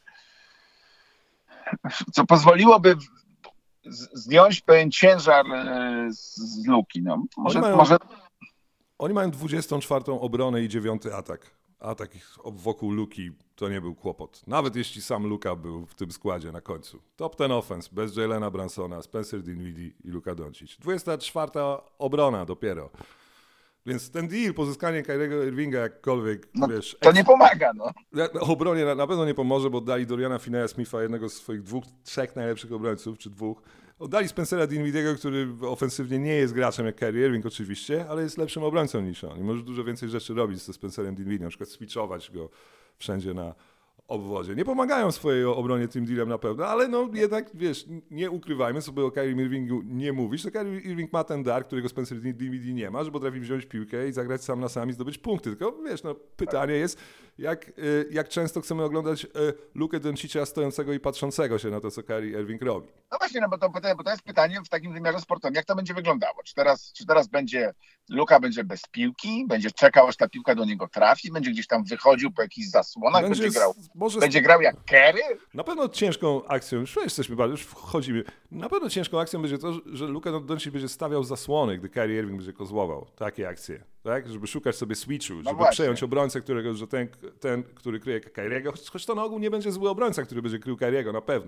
co pozwoliłoby z- zdjąć pewien ciężar e, z, z Luki. No, może, mają- może Oni mają dwudziestą czwartą obronę i dziewiąty atak. Atak ich wokół Luki to nie był kłopot. Nawet jeśli sam Luka był w tym składzie na końcu. Top ten offense, bez Jalena Brunsona, Spencer Dinwiddie i Luka Doncic. dwudziesta czwarta obrona dopiero. Więc ten deal, pozyskanie Kyriego Irvinga jakkolwiek, no, wiesz... to nie pomaga. No. Na na obronie na, na pewno nie pomoże, bo oddali Doriana Finney-Smitha, jednego z swoich dwóch, trzech najlepszych obrońców, czy dwóch. Oddali Spencera Dinwidiego, który ofensywnie nie jest graczem jak Kyrie Irving oczywiście, ale jest lepszym obrońcą niż on. I może dużo więcej rzeczy robić ze Spencerem Dinwiddiem, na przykład switchować go wszędzie na obwodzie. Nie pomagają swojej obronie tym dealem na pewno, ale no jednak, wiesz, nie ukrywajmy sobie o Kyrie Irvingu nie mówić, to Kyrie Irving ma ten dar, którego Spencer Dinwiddie nie ma, że potrafi wziąć piłkę i zagrać sam na sam i zdobyć punkty. Tylko wiesz, no pytanie jest, jak, y, jak często chcemy oglądać y, Lukę Doncicia stojącego i patrzącego się na to, co Kyrie Irving robi. No właśnie, no bo to, bo to jest pytanie w takim wymiarze sportowym. Jak to będzie wyglądało? Czy teraz, czy teraz będzie Luka będzie bez piłki, będzie czekał, aż ta piłka do niego trafi, będzie gdzieś tam wychodził po jakichś zasłonach, będzie, Będzie, grał, z- może będzie grał jak Kerry? Na pewno ciężką akcją, już jesteśmy bardzo, już wchodzimy, na pewno ciężką akcją będzie to, że Luka Doncic będzie stawiał zasłony, gdy Kyrie Irving będzie kozłował. Takie akcje, tak? Żeby szukać sobie switchu, żeby właśnie. przejąć obrońcę, którego, że ten, ten, który kryje Kyriego, choć to na ogół nie będzie zły obrońca, który będzie krył Kyriego, na pewno.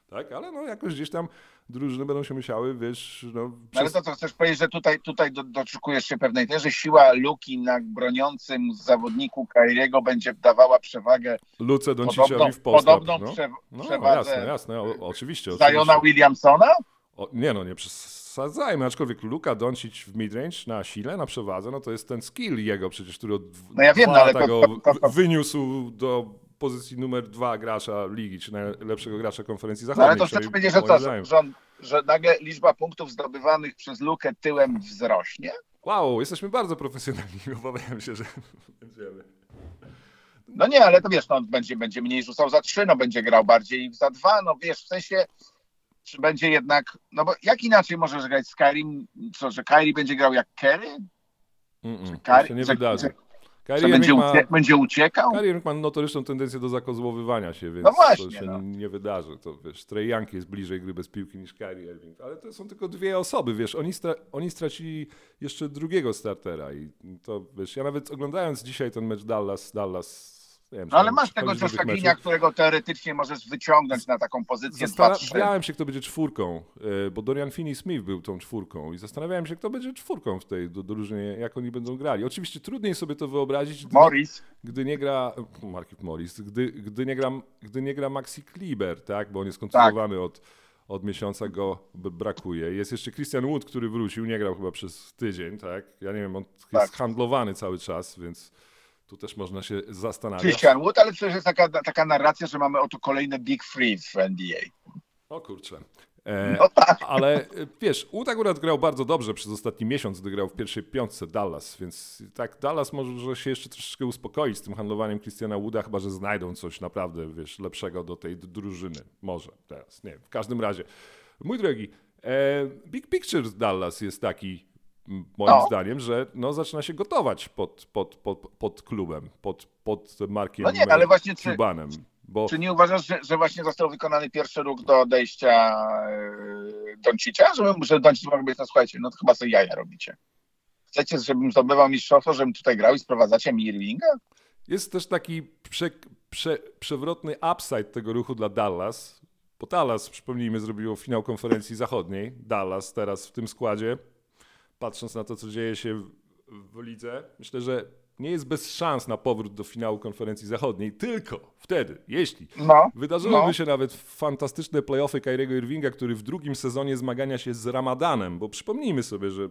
tak? Ale no jakoś gdzieś tam drużyny będą się musiały, wiesz, no... No ale Przez... to co chcesz powiedzieć, że tutaj, tutaj do, doczekujesz się pewnej też, że siła Luki na broniącym zawodniku Kyriego będzie dawała przewagę Luce podobną, Donciciowi w postęp, podobną no. prze, No przewagę jasne, jasne, o, oczywiście, Ziona oczywiście. Williamsona? O, nie no, nie przesadzajmy, aczkolwiek Luka Doncic w midrange na sile, na przewadze, no to jest ten skill jego przecież, który od No ja wiem, dwa no ale lata to- go to- to- to- wyniósł do pozycji numer dwa gracza ligi, czy najlepszego gracza konferencji No zachodniej. ale to chcesz której powiedzieć, że moim co, zdaniem- że, że, on, że nagle liczba punktów zdobywanych przez Lukę tyłem wzrośnie? Wow, jesteśmy bardzo profesjonalni, obawiam się, że będziemy. No nie, ale to wiesz, no, będzie, będzie mniej rzucał za trzy, no będzie grał bardziej za dwa, no wiesz, w sensie, czy będzie jednak, no bo jak inaczej możesz grać z Kyrie, co, że Kyrie będzie grał jak Kerry? Mm-mm, to Kyrie- się nie że- wydarzy. że- Kyrie Że będzie, Irving ma, ucie, będzie uciekał? Kyrie Irving ma notoryczną tendencję do zakozłowywania się, więc No właśnie, to się no. nie wydarzy. To wiesz, Trae Young jest bliżej gry bez piłki niż Kyrie Irving, ale to są tylko dwie osoby, wiesz, oni, stra- oni stracili jeszcze drugiego startera i to, wiesz, ja nawet oglądając dzisiaj ten mecz Dallas, Dallas, nie wiem, No ale czy masz czy tego chodzić do tych Josha meczów. Greena, którego teoretycznie możesz wyciągnąć na taką pozycję dwa trzy. Zastanawiałem się, kto będzie czwórką, e, bo Dorian Finney-Smith był tą czwórką i zastanawiałem się, kto będzie czwórką w tej do- drużynie, jak oni będą grali. Oczywiście trudniej sobie to wyobrazić, gdy, Morris. gdy nie gra Markieff Morris, gdy, gdy, nie gra, gdy nie gra Maxi Kleber, tak, bo on jest kontuzjowany od, od miesiąca, go b- brakuje. Jest jeszcze Christian Wood, który wrócił, nie grał chyba przez tydzień, tak, ja nie wiem, on jest Tak. handlowany cały czas, więc tu też można się zastanawiać. Christian Wood, ale przecież jest taka, taka narracja, że mamy oto kolejne Big Free w N B A. O kurczę. E, No tak. Ale e, wiesz, Wood akurat grał bardzo dobrze przez ostatni miesiąc, gdy grał w pierwszej piątce Dallas, więc tak Dallas może się jeszcze troszeczkę uspokoić z tym handlowaniem Christiana Wooda, chyba że znajdą coś naprawdę, wiesz, lepszego do tej d- drużyny. Może teraz, nie wiem. W każdym razie, mój drogi, e, Big Picture z Dallas jest taki, m, moim No. zdaniem, że no, zaczyna się gotować pod, pod, pod, pod klubem, pod, pod Markiem No nie, ale właśnie czy- Cubanem. Bo Czy nie uważasz, że, że właśnie został wykonany pierwszy ruch do odejścia yy, Doncicia? Żeby, że Doncic mógł być, no słuchajcie, no to chyba sobie jaja robicie. Chcecie, żebym zdobywał mistrzostwo, żebym tutaj grał i sprowadzacie mi Irvinga? jest też taki prze, prze, przewrotny upside tego ruchu dla Dallas, bo Dallas, przypomnijmy, zrobiło finał konferencji zachodniej. Dallas teraz w tym składzie, patrząc na to, co dzieje się w, w lidze, myślę, że nie jest bez szans na powrót do finału konferencji zachodniej, tylko wtedy, jeśli No, wydarzyłyby no. się nawet fantastyczne playoffy Kyriego Irvinga, który w drugim sezonie zmagania się z Ramadanem, bo przypomnijmy sobie, że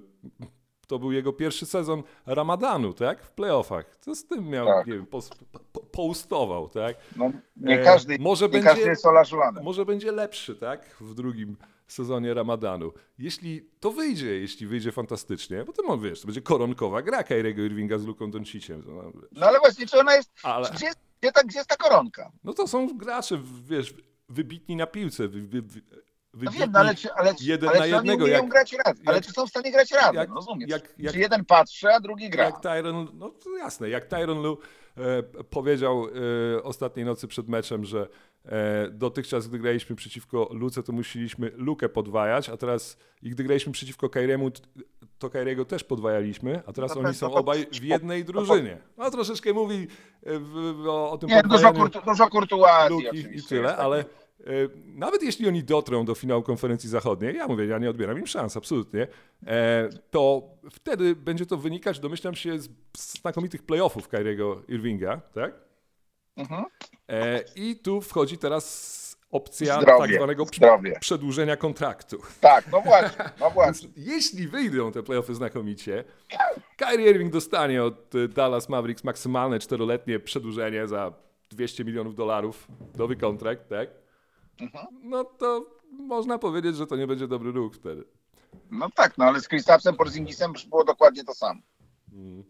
to był jego pierwszy sezon Ramadanu, tak? W playoffach. Co z tym miał, Tak. nie wiem, pos, po, poustował, tak? No, nie E, każdy, może nie będzie- każdy jest Ola Żulanem. Może będzie lepszy, tak? W drugim sezonie Ramadanu. Jeśli to wyjdzie, jeśli wyjdzie fantastycznie, bo to no, wiesz, to będzie koronkowa gra Kyriego Irvinga z Luką Donciciem. No, wiesz. No ale właśnie, czy ona jest, Ale- gdzie, jest, gdzie, ta, gdzie jest ta koronka? No to są gracze, wiesz, wybitni na piłce, wy, wy, wy, No wybitni wiem, no ale czy, ale, czy- jeden ale na czy oni jednego, umieją jak- grać razem? Ale jak- czy są w stanie grać razem? jak- rozumiesz? jak- jak- czy jeden patrzy, a drugi gra? Jak Tyron, no to jasne, jak Tyron Lue e, powiedział e, ostatniej nocy przed meczem, że e, dotychczas, gdy graliśmy przeciwko Luce, to musieliśmy Lukę podwajać, a teraz i gdy graliśmy przeciwko Kyriemu, t- to Kyriego też podwajaliśmy, a teraz No oni to- są to- obaj w jednej drużynie. No troszeczkę mówi e, w, w, o, o tym Nie, dużo, podwajaniu kurtu, dużo kurtuazji Luki oczywiście. i tyle, jest tak. ale e, nawet jeśli oni dotrą do finału konferencji zachodniej, ja mówię, ja nie odbieram im szans, absolutnie, e, to wtedy będzie to wynikać, domyślam się, z z znakomitych playoffów Kyriego Irvinga, tak? Mhm. E, I tu wchodzi teraz opcja Zdrowie, tak zwanego pr- zdrowie. przedłużenia kontraktu. Tak, no właśnie, no właśnie. Więc jeśli wyjdą te playoffy znakomicie, Kyrie Irving dostanie od y, Dallas Mavericks maksymalne czteroletnie przedłużenie za dwieście milionów dolarów, nowy kontrakt, tak? Mhm. No to można powiedzieć, że to nie będzie dobry ruch wtedy. No tak, no ale z Kristapsem Porzingisem było dokładnie to samo. Mm.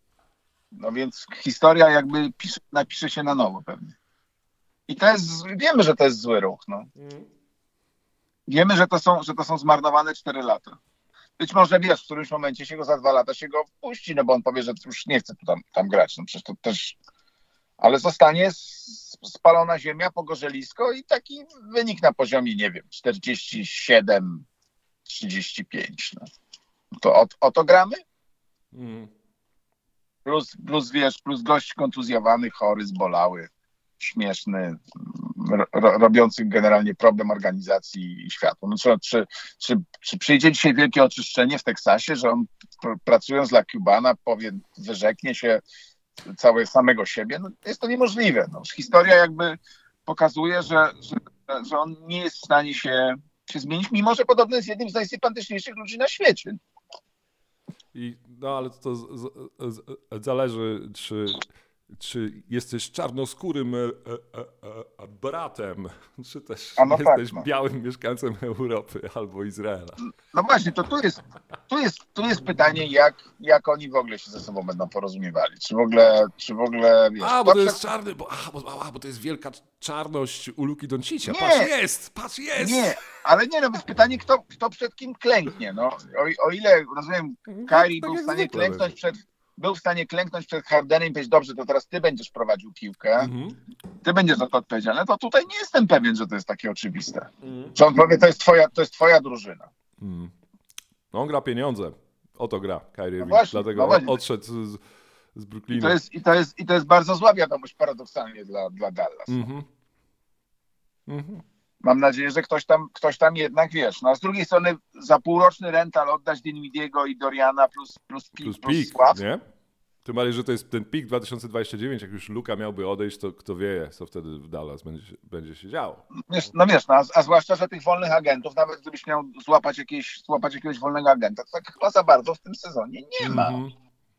No więc historia jakby pisze, napisze się na nowo pewnie. I to jest, wiemy, że to jest zły ruch, no. Wiemy, że to są, że to są zmarnowane cztery lata. Być może wiesz, w którymś momencie się go za dwa lata się go wpuści, no bo on powie, że już nie chce tu tam, tam grać, no przecież to też... Ale zostanie s- spalona ziemia, pogorzelisko i taki wynik na poziomie, nie wiem, czterdzieści siedem trzydzieści pięć. No. To o, o to gramy? Mm. Plus, plus wiesz, plus gość kontuzjowany, chory, zbolały, śmieszny, ro, robiących generalnie problem organizacji światu. No, czy, czy, czy, czy przyjdzie dzisiaj wielkie oczyszczenie w Teksasie, że on pr- pracując dla Cubana powie, wyrzeknie się całe samego siebie? No, jest to niemożliwe. No, historia jakby pokazuje, że, że, że on nie jest w stanie się, się zmienić, mimo że podobno jest jednym z najsympatyczniejszych ludzi na świecie. I, no ale to z, z, z, zależy, czy, czy jesteś czarnoskórym e, e, e, e, bratem, czy też A no jesteś tak, no. białym mieszkańcem Europy albo Izraela. No właśnie, to tu jest, tu jest, tu jest pytanie, jak, jak oni w ogóle się ze sobą będą porozumiewali. Czy w ogóle, czy w ogóle, wiesz... A, bo to przed- jest czarny, bo, a, bo, a, bo to jest wielka czarność u Luki Doncicia. Nie. Patrz, jest, patrz, jest! Nie, ale nie, no jest pytanie, kto, kto przed kim klęknie. No, o, o ile, rozumiem, Kyrie tak był w jak stanie zwykle klęknąć będzie. przed, był w stanie klęknąć przed Hardenem i powiedzieć, dobrze, to teraz ty będziesz prowadził piłkę, Mhm. ty będziesz za to odpowiedzialny, to tutaj nie jestem pewien, że to jest takie oczywiste. Mhm. Że on powie, to jest twoja, to jest twoja drużyna. Mm. No on gra pieniądze. O to gra Kyrie Irving. właśnie, Dlatego no właśnie. odszedł z, z I Brooklynu. to jest, i to jest, i to jest bardzo zła wiadomość paradoksalnie dla, dla Dallas. Mhm. Mhm. Mam nadzieję, że ktoś tam, ktoś tam jednak, wiesz, no a z drugiej strony za półroczny rental oddać Dinwidiego i Doriana plus, plus, pi- Plus plus pik, Sław. nie? Tym bardziej, że to jest ten pik dwa tysiące dwudziesty dziewiąty, jak już Luka miałby odejść, to kto wie, co wtedy w Dallas będzie, się- będzie się działo. Wiesz, no wiesz, no, a, a zwłaszcza, że tych wolnych agentów, nawet gdybyś miał złapać, jakieś, złapać jakiegoś wolnego agenta, to tak chyba za bardzo w tym sezonie nie ma. Mhm.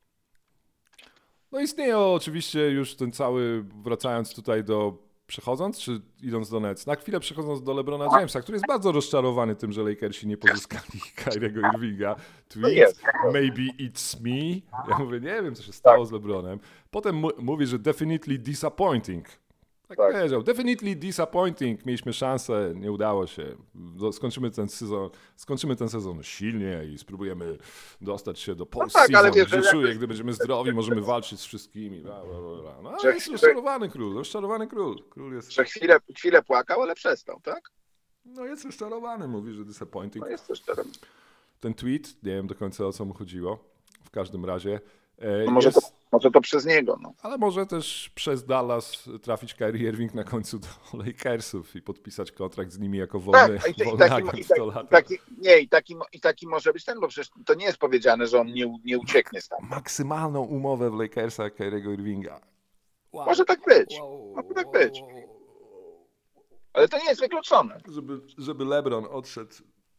No istnieje oczywiście już ten cały, wracając tutaj do, przechodząc, czy idąc do Nets, na chwilę przechodząc do LeBrona Jamesa, który jest bardzo rozczarowany tym, że Lakersi nie pozyskali Kyriego Irvinga. Tweet, jest. maybe it's me. Ja mówię, nie wiem, co się stało z LeBronem. Potem mu- mówi, że definitely disappointing. Tak, Tak. powiedział. Definitely disappointing. Mieliśmy szansę, nie udało się. Do- Skończymy ten sezon, skończymy ten sezon silnie i spróbujemy dostać się do postseason, ale wiesz, gdzie że czuję, jakby- gdy będziemy zdrowi, możemy walczyć z wszystkimi. Bla, bla, bla, bla. No, ale Że- jest że- rozczarowany król, rozczarowany król. Król jest, Że chwilę, chwilę płakał, ale przestał, tak? no jest rozczarowany, mówi, że disappointing. No jest coś teraz. Ten tweet, nie wiem do końca o co mu chodziło. W każdym razie e, No może, jest... to, może to przez niego, no. Ale może też przez Dallas trafić Kyrie Irving na końcu do Lakersów i podpisać kontrakt z nimi jako wolny, Tak, i, i, wolny taki, agent i, sto taki, lat. i taki, nie, i taki, i taki może być ten, bo przecież to nie jest powiedziane, że on nie, nie ucieknie stamtąd. Maksymalną umowę w Lakersach Kyriego Irvinga. Wow. Może tak być, Wow, może tak wow, być. wow, wow. ale to nie jest wykluczone. Żeby, żeby LeBron odszedł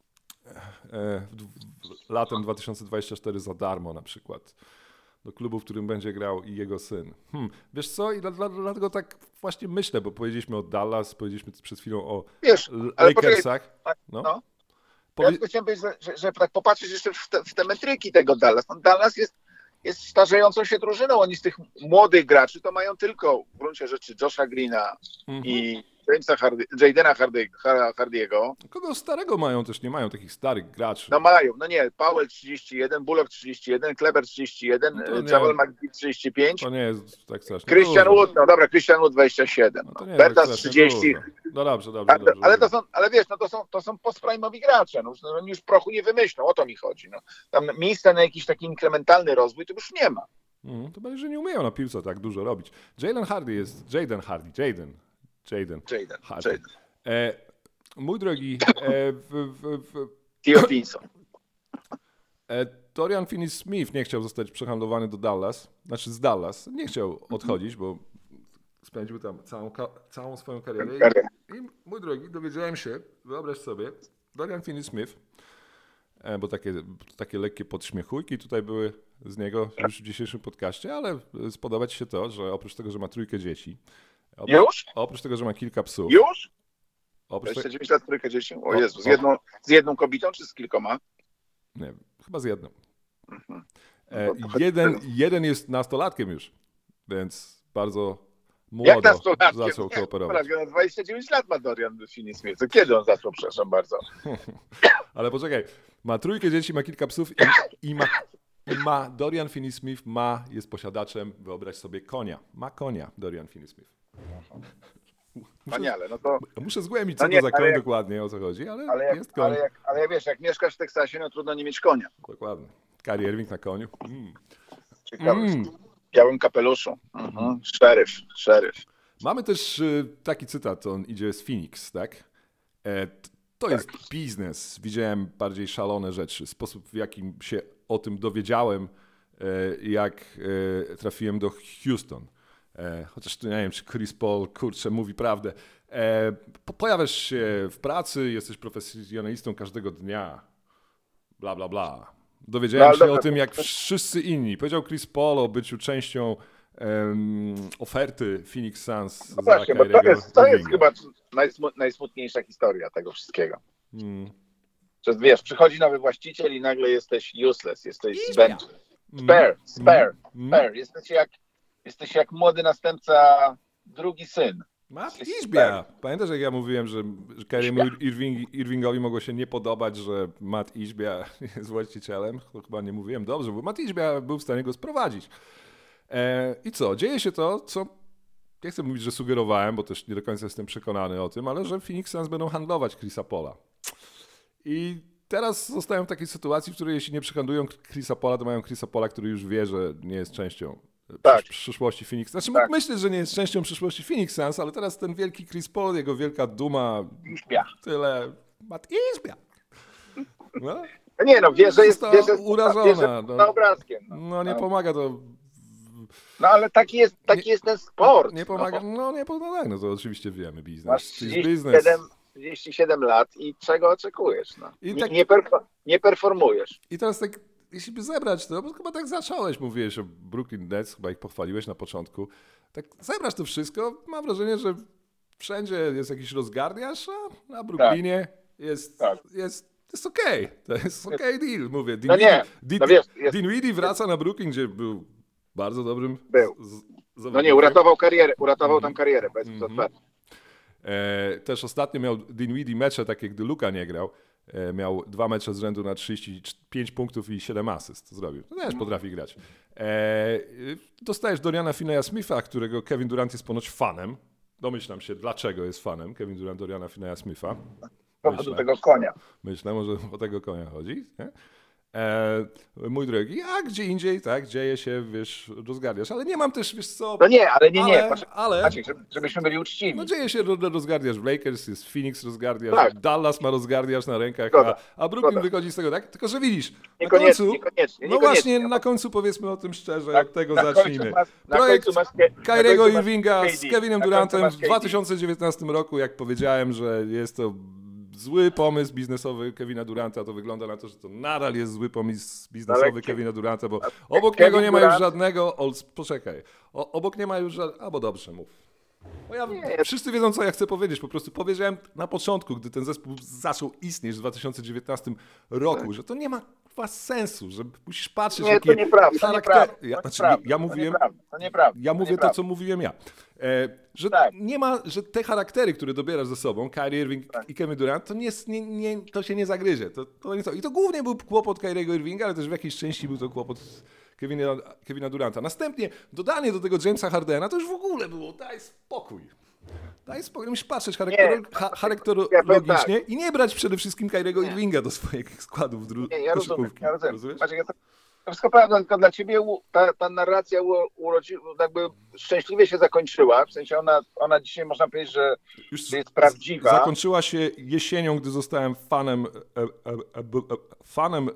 e, w, w, latem dwa tysiące dwudziestym czwartym za darmo na przykład do klubu, w którym będzie grał i jego syn. Hmm. Wiesz co? I dla, dla, dlatego tak właśnie myślę, bo powiedzieliśmy o Dallas, powiedzieliśmy przed chwilą o Wiesz, L- ale Lakersach. poczekaj, No. no. Ja Powie... tylko chciałem powiedzieć, że, że, że tak popatrzeć jeszcze w te, w te metryki tego Dallas. No Dallas jest, jest starzejącą się drużyną. Oni z tych młodych graczy to mają tylko w gruncie rzeczy Josha Greena Mhm. i Jamesa Hardy, Jadena Hardy, Har- Hardiego. Kogo starego mają też, nie mają takich starych graczy. No mają, no nie, Powell trzydzieści jeden, Bullock trzydzieści jeden, Kleber trzydzieści jeden, No to nie. Jamal McGee trzydzieści pięć, To nie jest tak strasznie Christian dużo. Wood, no dobra, Christian Wood dwadzieścia siedem, No no to nie jest tak Bertas strasznie trzydzieści. dużo. No dobrze, dobrze, Ale, dobrze. ale to dobrze. są, ale wiesz, no to są, to są postprimowi gracze, no, no, oni już prochu nie wymyślą, o to mi chodzi. No. Tam miejsca na jakiś taki inkrementalny rozwój to już nie ma. Mhm, to bardziej, że nie umieją na piłce tak dużo robić. Jalen Hardy jest, Jaden Hardy, Jaden, Jaden Jaden, Hardy. Jaden. E, mój drogi, e, w, w, w, Tio Pinson. e, Dorian Finney-Smith nie chciał zostać przehandlowany do Dallas, znaczy z Dallas, nie chciał odchodzić, bo spędził tam całą, ka- całą swoją karierę. I, I mój drogi, dowiedziałem się, wyobraź sobie, Dorian Finney-Smith, e, bo takie, takie lekkie podśmiechujki tutaj były z niego już w dzisiejszym podcaście, ale spodoba ci się to, że oprócz tego, że ma trójkę dzieci, oprócz, Już? oprócz tego, że ma kilka psów, Już? oprócz te, dwadzieścia dziewięć lat, trójkę dzieci? O O, Jezu, z o. jedną, z jedną kobietą czy z kilkoma? nie wiem, chyba z jedną. Mhm. E, No to- jeden, jeden jest nastolatkiem już, więc bardzo Jak młodo nastolatkiem? zaczął Nie, kooperować. dobra, dwadzieścia dziewięć lat ma Dorian Finney-Smith. To kiedy on zaczął, przepraszam bardzo? Ale poczekaj, ma trójkę dzieci, ma kilka psów i, i, ma, i ma, Dorian Finney-Smith ma, jest posiadaczem, wyobraź sobie, konia. Ma konia, Dorian Finney-Smith. Wspaniale, no to... Muszę zgłębić, co No nie, to za ale koń jak- dokładnie, o co chodzi, ale, Ale jak, jest koń. ale, jak, ale jak wiesz, jak mieszkasz w Teksasie, no trudno nie mieć konia. Dokładnie. Kyrie Irving na koniu. Mm. Ciekawe. Mm. W białym kapeluszu. Mhm. Szeryf, szeryf. Mamy też y, taki cytat, on idzie z Phoenix, tak? E, t- to jest biznes. Widziałem bardziej szalone rzeczy. Sposób, w jakim się o tym dowiedziałem, e, jak e, trafiłem do Houston. E, chociaż tu nie wiem, czy Chris Paul, kurczę, mówi prawdę. E, po- pojawiasz się w pracy, jesteś profesjonalistą każdego dnia. Bla, bla, bla. Dowiedziałem No, ale się dobra, o tym, to- jak wszyscy inni. Powiedział Chris Paul o byciu częścią em, oferty Phoenix Suns. No właśnie, bo to Kyriego jest, to jest Irvinga. chyba najsmu, najsmutniejsza historia tego wszystkiego. Mm. Że wiesz, przychodzi nowy właściciel i nagle jesteś useless, jesteś Izbia. zbędny. Spare, spare, Mm. spare. Jesteś jak, jesteś jak młody następca, drugi syn. Matt Jesteś Izbia. Pamiętasz, jak ja mówiłem, że, że Kyriemu Izbia. Irving, Irvingowi mogło się nie podobać, że Matt Izbia jest właścicielem? To chyba nie mówiłem dobrze, bo Matt Izbia był w stanie go sprowadzić. E, I co? Dzieje się to, co nie chcę mówić, że sugerowałem, bo też nie do końca jestem przekonany o tym, ale że Phoenix Suns będą handlować Chrisa Paula. I teraz zostają w takiej sytuacji, w której jeśli nie przehandlują Chrisa Paula, to mają Chrisa Paula, który już wie, że nie jest częścią Tak. przysz- przyszłości Phoenix. Znaczy Tak. mógł myśleć, że nie jest częścią przyszłości Phoenix Suns, ale teraz ten wielki Chris Paul, jego wielka duma, Izbia. tyle... Matt Izbia. No, No nie no, wie, że jest, Została wie, że jest urażona, wie, że no. na obrazkiem. No, no nie no. pomaga to... no ale taki jest, taki Nie- jest ten sport. Nie pomaga, no nie pomaga, no to oczywiście wiemy, biznes. Masz To jest trzydzieści biznes. siedem, trzydzieści siedem lat i czego oczekujesz? No. I Nie, tak- nie, perfo, nie performujesz. I teraz tak, jeśli by zebrać to, bo chyba tak zacząłeś, mówiłeś o Brooklyn Nets, chyba ich pochwaliłeś na początku. Tak zebrać to wszystko, mam wrażenie, że wszędzie jest jakiś rozgardiasz, a na Brooklynie jest, Tak. jest, jest okej. To jest okej deal, mówię. No nie, Din, no wiesz, jest- Dinwiddie wraca na Brooklyn, gdzie był bardzo dobrym Był. z, z, No nie, zawodnikiem. uratował karierę, uratował tam karierę, powiedzmy to Mhm. otwarcie. E, też ostatnio miał Dinwiddie mecze takie, gdy Luka nie grał. E, miał dwa mecze z rzędu na trzydzieści pięć punktów i siedem asyst. To zrobił. To też potrafi grać. E, dostajesz Doriana Finney-Smitha, którego Kevin Durant jest ponoć fanem. Domyślam się, dlaczego jest fanem Kevin Durant Doriana Finney-Smitha. Z powodu Myślę. tego konia. Myślę, może o tego konia chodzi. Nie? E, mój drogi, a gdzie indziej, tak, dzieje się, wiesz, rozgardiasz. Ale nie mam też, wiesz co... No nie, ale nie, nie. ale, patrz- ale Maciek, żeby- żebyśmy byli uczciwi. no dzieje się, ro- rozgardiasz w Lakers, jest Phoenix rozgardiasz, Tak. Dallas ma rozgardiasz na rękach, Zgoda. a, a Brooklyn Zgoda. wychodzi z tego, tak? Tylko, że widzisz, na Niekoniecznie, końcu, niekoniecznie, no niekoniecznie. właśnie, na końcu powiedzmy o tym szczerze, Tak, od tego na końcu zacznijmy. masz- na Projekt końcu masz Ke- na Kyriego końcu masz Irvinga K z D. Kevinem Na końcu Durantem masz w K D. dwa tysiące dziewiętnastym roku, jak powiedziałem, że jest to zły pomysł biznesowy Kevina Duranta, to wygląda na to, że to nadal jest zły pomysł biznesowy Ale Ke- Kevina Duranta, bo obok Kevin niego nie ma już Durant- żadnego, o, poczekaj, o, obok nie ma już żadnego, albo dobrze, mów. Bo ja, Nie. wszyscy wiedzą, co ja chcę powiedzieć. Po prostu powiedziałem na początku, gdy ten zespół zaczął istnieć w dwa tysiące dziewiętnastym roku, że to nie ma chyba sensu, że musisz patrzeć, Nie, jakie to nieprawda, to charakter... nieprawda. Ja, To znaczy, nieprawda, ja to mówiłem, nieprawda, to nieprawda, ja to mówię to, nieprawda. co mówiłem ja. E, że Tak. nie ma, że te charaktery, które dobierasz ze sobą, Kyrie Irving i Kevin Durant, to, nie, nie, nie, to się nie zagryzie. To, to nie to. I to głównie był kłopot Kyriego Irvinga, ale też w jakiejś części był to kłopot Kevina, Kevina Duranta. Następnie dodanie do tego Jamesa Hardena to już w ogóle było, daj spokój. Daj spokój, musisz patrzeć charakter, Nie. ha, Ja charakterologicznie powiem i nie brać przede wszystkim Kyriego Irvinga do swoich składów dru- Nie, ja rozumiem, koszykówki. ja rozumiem. Rozumiesz? Maciek, ja to, to wszystko prawda, tylko dla ciebie u- ta, ta narracja u, urodzi, jakby szczęśliwie się zakończyła, w sensie ona, ona dzisiaj można powiedzieć, że Już że jest prawdziwa. Zakończyła się jesienią, gdy zostałem fanem, e, e, e, b- e, fanem e,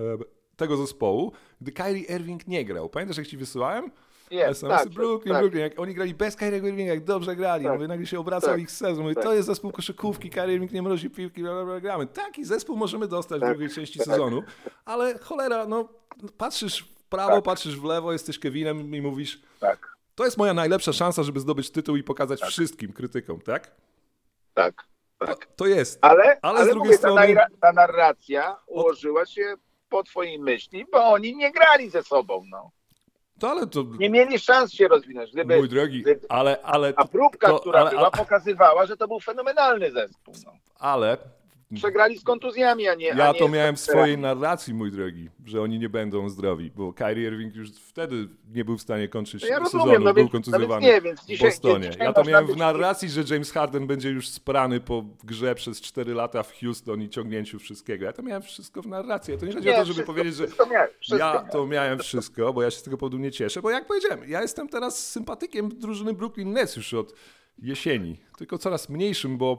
tego zespołu, gdy Kyrie Irving nie grał. Pamiętasz, jak ci wysyłałem? Jest, S M S-y, tak, Brooklyn, tak. Brooklyn. Jak oni grali bez Kyriego Irvinga, jak dobrze grali. Tak. Mówię, nagle się obracał Tak. ich sezon. Mówię, Tak. to jest zespół koszykówki, Kyrie Irving nie mrozi piłki, bla, bla, bla, gramy. Taki zespół możemy dostać w Tak. drugiej części Tak. sezonu. Ale cholera, no patrzysz w prawo, Tak. patrzysz w lewo, jesteś Kevinem i mówisz, Tak, to jest moja najlepsza szansa, żeby zdobyć tytuł i pokazać wszystkim krytykom, tak? tak, To, tak. to jest. Ale, Ale ale, z drugiej mówię, strony- ta, narra- ta narracja ułożyła się po twojej myśli, bo oni nie grali ze sobą, no. To ale to, Nie mieli szans się rozwinąć. Gdyby, mój drogi, gdyby, ale, ale, a próbka, to, która ale, była, ale, pokazywała, że to był fenomenalny zespół. No. ale przegrali z kontuzjami, a nie... Ja a nie to z miałem w transferami. swojej narracji, mój drogi, że oni nie będą zdrowi, bo Kyrie Irving już wtedy nie był w stanie kończyć No ja sezonu, rozumiem, no był więc- kontuzjowany no więc nie, więc w dzisiaj- Bostonie. dzisiaj Ja to można miałem w być- narracji, że James Harden będzie już sprany po grze przez cztery lata w Houston i ciągnięciu wszystkiego. Ja to miałem wszystko w narracji. Ja to nie chodzi o Nie, to, żeby wszystko- powiedzieć, że wszystko miałem, wszystko ja miałem. to miałem wszystko, bo ja się z tego powodu nie cieszę, bo jak powiedziałem, ja jestem teraz sympatykiem drużyny Brooklyn Nets już od jesieni, tylko coraz mniejszym, bo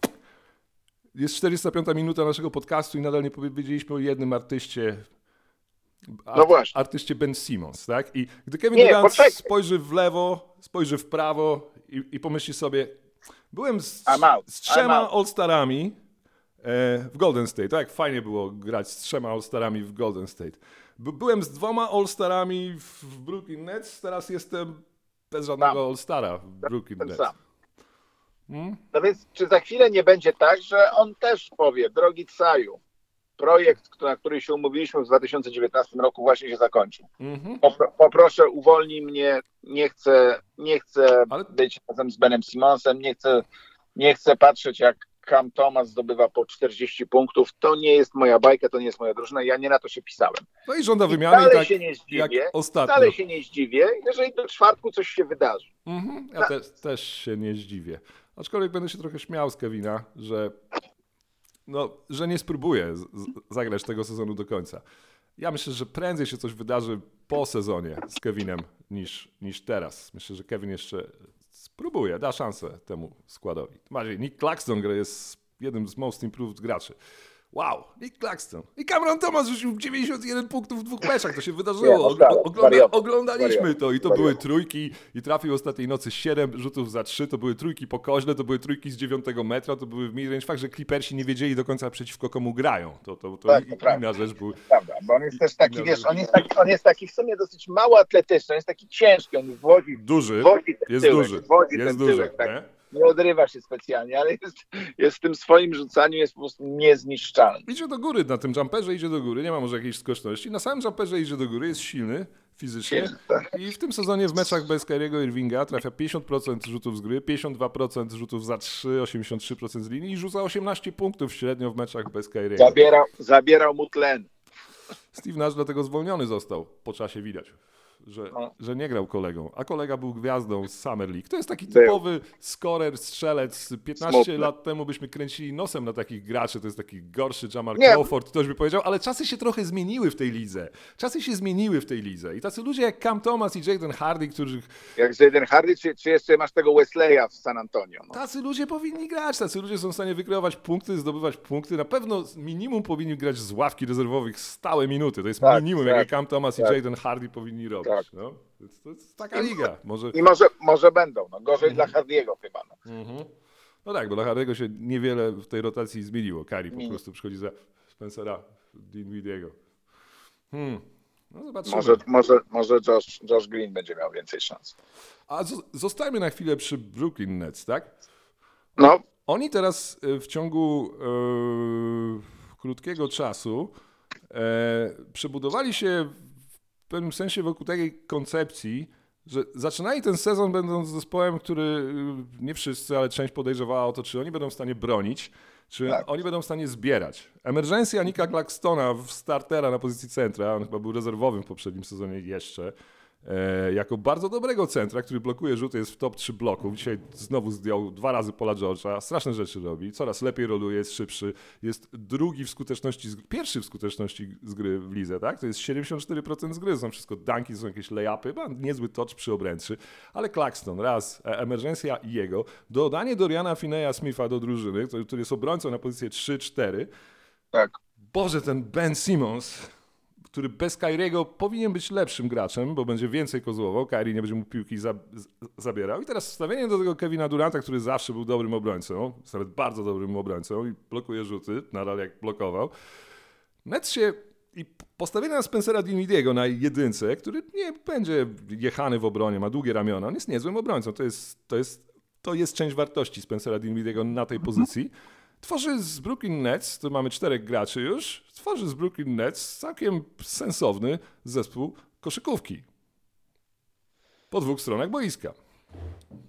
jest czterdziesta piąta minuta naszego podcastu i nadal nie powiedzieliśmy o jednym artyście, art, No właśnie. artyście Ben Simmons, tak? I gdy Kevin Nie, Durant poczekaj. spojrzy w lewo, spojrzy w prawo i, i pomyśli sobie, byłem z, I'm out, z I'm trzema out. All-Starami e, w Golden State, tak? Fajnie było grać z trzema All-Starami w Golden State. By, byłem z dwoma All-Starami w, w Brooklyn Nets, teraz jestem bez żadnego Sam. All-Stara w Brooklyn Ten Nets. sam. Hmm? No więc czy za chwilę nie będzie tak, że on też powie, drogi Tsaju, projekt, kto- na który się umówiliśmy w dwa tysiące dziewiętnastym roku właśnie się zakończył. Mhm. Popro, poproszę, uwolnij mnie, nie chcę, nie chcę Ale- być razem z Benem Simmonsem, nie chcę, nie chcę patrzeć jak Cam Thomas zdobywa po czterdzieści punktów. To nie jest moja bajka, to nie jest moja drużyna, ja nie na to się pisałem. No i żąda I wymiany i wcale tak się nie jak zdziwię, ostatnio. wcale się nie zdziwię, jeżeli do czwartku coś się wydarzy. Mhm, ja te, też się nie zdziwię. Aczkolwiek będę się trochę śmiał z Kevina, że, no, że nie spróbuję z, z, zagrać tego sezonu do końca. Ja myślę, że prędzej się coś wydarzy po sezonie z Kevinem niż, niż teraz. Myślę, że Kevin jeszcze spróbuje, da szansę temu składowi. Bardziej Nick Claxton gra jest jednym z most improved graczy. Wow, Nick Claxton. I Cameron Thomas rzucił dziewięćdziesiąt jeden punktów w dwóch meczach. To się wydarzyło. Nie, oszalał, Ogląda, zwariował, oglądaliśmy zwariował, to i to zwariował. były trójki i trafił ostatniej nocy siedem rzutów za trzy. To były trójki po koźle, to były trójki z dziewiątego metra, to były w midrange. Fakt, że Clippersi nie wiedzieli do końca przeciwko komu grają. To, to, to Tak, i- to prawda. inna rzecz był. Prawda, bo on jest też taki, No, wiesz, no. on jest taki, on jest taki w sumie dosyć mało atletyczny, on jest taki ciężki, on wodzi, Duży, wodzi ten jest tyłek, duży, wodzi jest ten duży. tyłek, tak. Nie? Nie odrywa się specjalnie, ale jest, jest w tym swoim rzucaniu jest po prostu niezniszczalny. Idzie do góry na tym jumperze, idzie do góry, nie ma może jakiejś skoczności. Na samym jumperze idzie do góry, jest silny fizycznie Tak. i w tym sezonie w meczach bez Kyriego Irvinga trafia pięćdziesiąt procent rzutów z gry, pięćdziesiąt dwa procent rzutów za trzy, osiemdziesiąt trzy procent z linii i rzuca osiemnaście punktów średnio w meczach bez Kyriego. Zabierał, zabierał mu tlen. Steve Nash dlatego zwolniony został, po czasie widać, że, No. że nie grał kolegą, a kolega był gwiazdą z Summer League. To jest taki Był. typowy scorer, strzelec. piętnaście Smutny. lat temu byśmy kręcili nosem na takich graczy, to jest taki gorszy Jamal Nie. Crawford, ktoś by powiedział, ale czasy się trochę zmieniły w tej lidze. Czasy się zmieniły w tej lidze i tacy ludzie jak Cam Thomas i Jaden Hardy, których Jak Jaden Hardy, czy, czy jeszcze masz tego Wesleya w San Antonio. No. tacy ludzie powinni grać, tacy ludzie są w stanie wykreować punkty, zdobywać punkty. Na pewno minimum powinni grać z ławki rezerwowych stałe minuty. To jest Tak, minimum, tak, jakie Cam Thomas tak. i Jaden Hardy powinni robić. Tak. No. To, jest, to jest taka liga. Może... I może, może będą, no gorzej dla Hardiego chyba. No. Mhm. No tak, bo dla Hardy'ego się niewiele w tej rotacji zmieniło. Kyrie po Mini. prostu przychodzi za Spencera Dinwidiego. Hmm. No zobaczymy. Może, może, może Josh, Josh Green będzie miał więcej szans. A zo- zostajmy na chwilę przy Brooklyn Nets, tak? No, Oni teraz e, w ciągu e, krótkiego czasu e, przebudowali się w pewnym sensie wokół takiej koncepcji, że zaczynali ten sezon będąc zespołem, który e, nie wszyscy, ale część podejrzewała o to, czy oni będą w stanie bronić, czy Tak. oni będą w stanie zbierać. Emergencja Nicka Claxtona w startera na pozycji centra, on chyba był rezerwowym w poprzednim sezonie jeszcze, e, jako bardzo dobrego centra, który blokuje rzuty, jest w top trzy bloków. Dzisiaj znowu zdjął dwa razy Paula George'a, straszne rzeczy robi, coraz lepiej roluje, jest szybszy, jest drugi w skuteczności, z, pierwszy w skuteczności z gry w lidze, tak? To jest siedemdziesiąt cztery procent z gry, to są wszystko dunki, to są jakieś layupy, ma niezły touch przy obręczy, ale Claxton, raz, e, Emergencja i jego, dodanie Doriana Finney-Smitha do drużyny, który, który jest obrońcą na pozycję trzy cztery, tak. Boże, ten Ben Simmons, który bez Kyriego powinien być lepszym graczem, bo będzie więcej kozłował, Kyrie nie będzie mu piłki za, z, zabierał. I teraz wstawienie do tego Kevina Duranta, który zawsze był dobrym obrońcą, jest nawet bardzo dobrym obrońcą i blokuje rzuty, nadal jak blokował. Nets się i postawienie na Spencera Dinwidiego na jedynce, który nie będzie jechany w obronie, ma długie ramiona, on jest niezłym obrońcą, to jest, to jest, to jest część wartości Spencera Dinwidiego na tej pozycji. Tworzy z Brooklyn Nets, tu mamy czterech graczy już, tworzy z Brooklyn Nets całkiem sensowny zespół koszykówki. Po dwóch stronach boiska. No,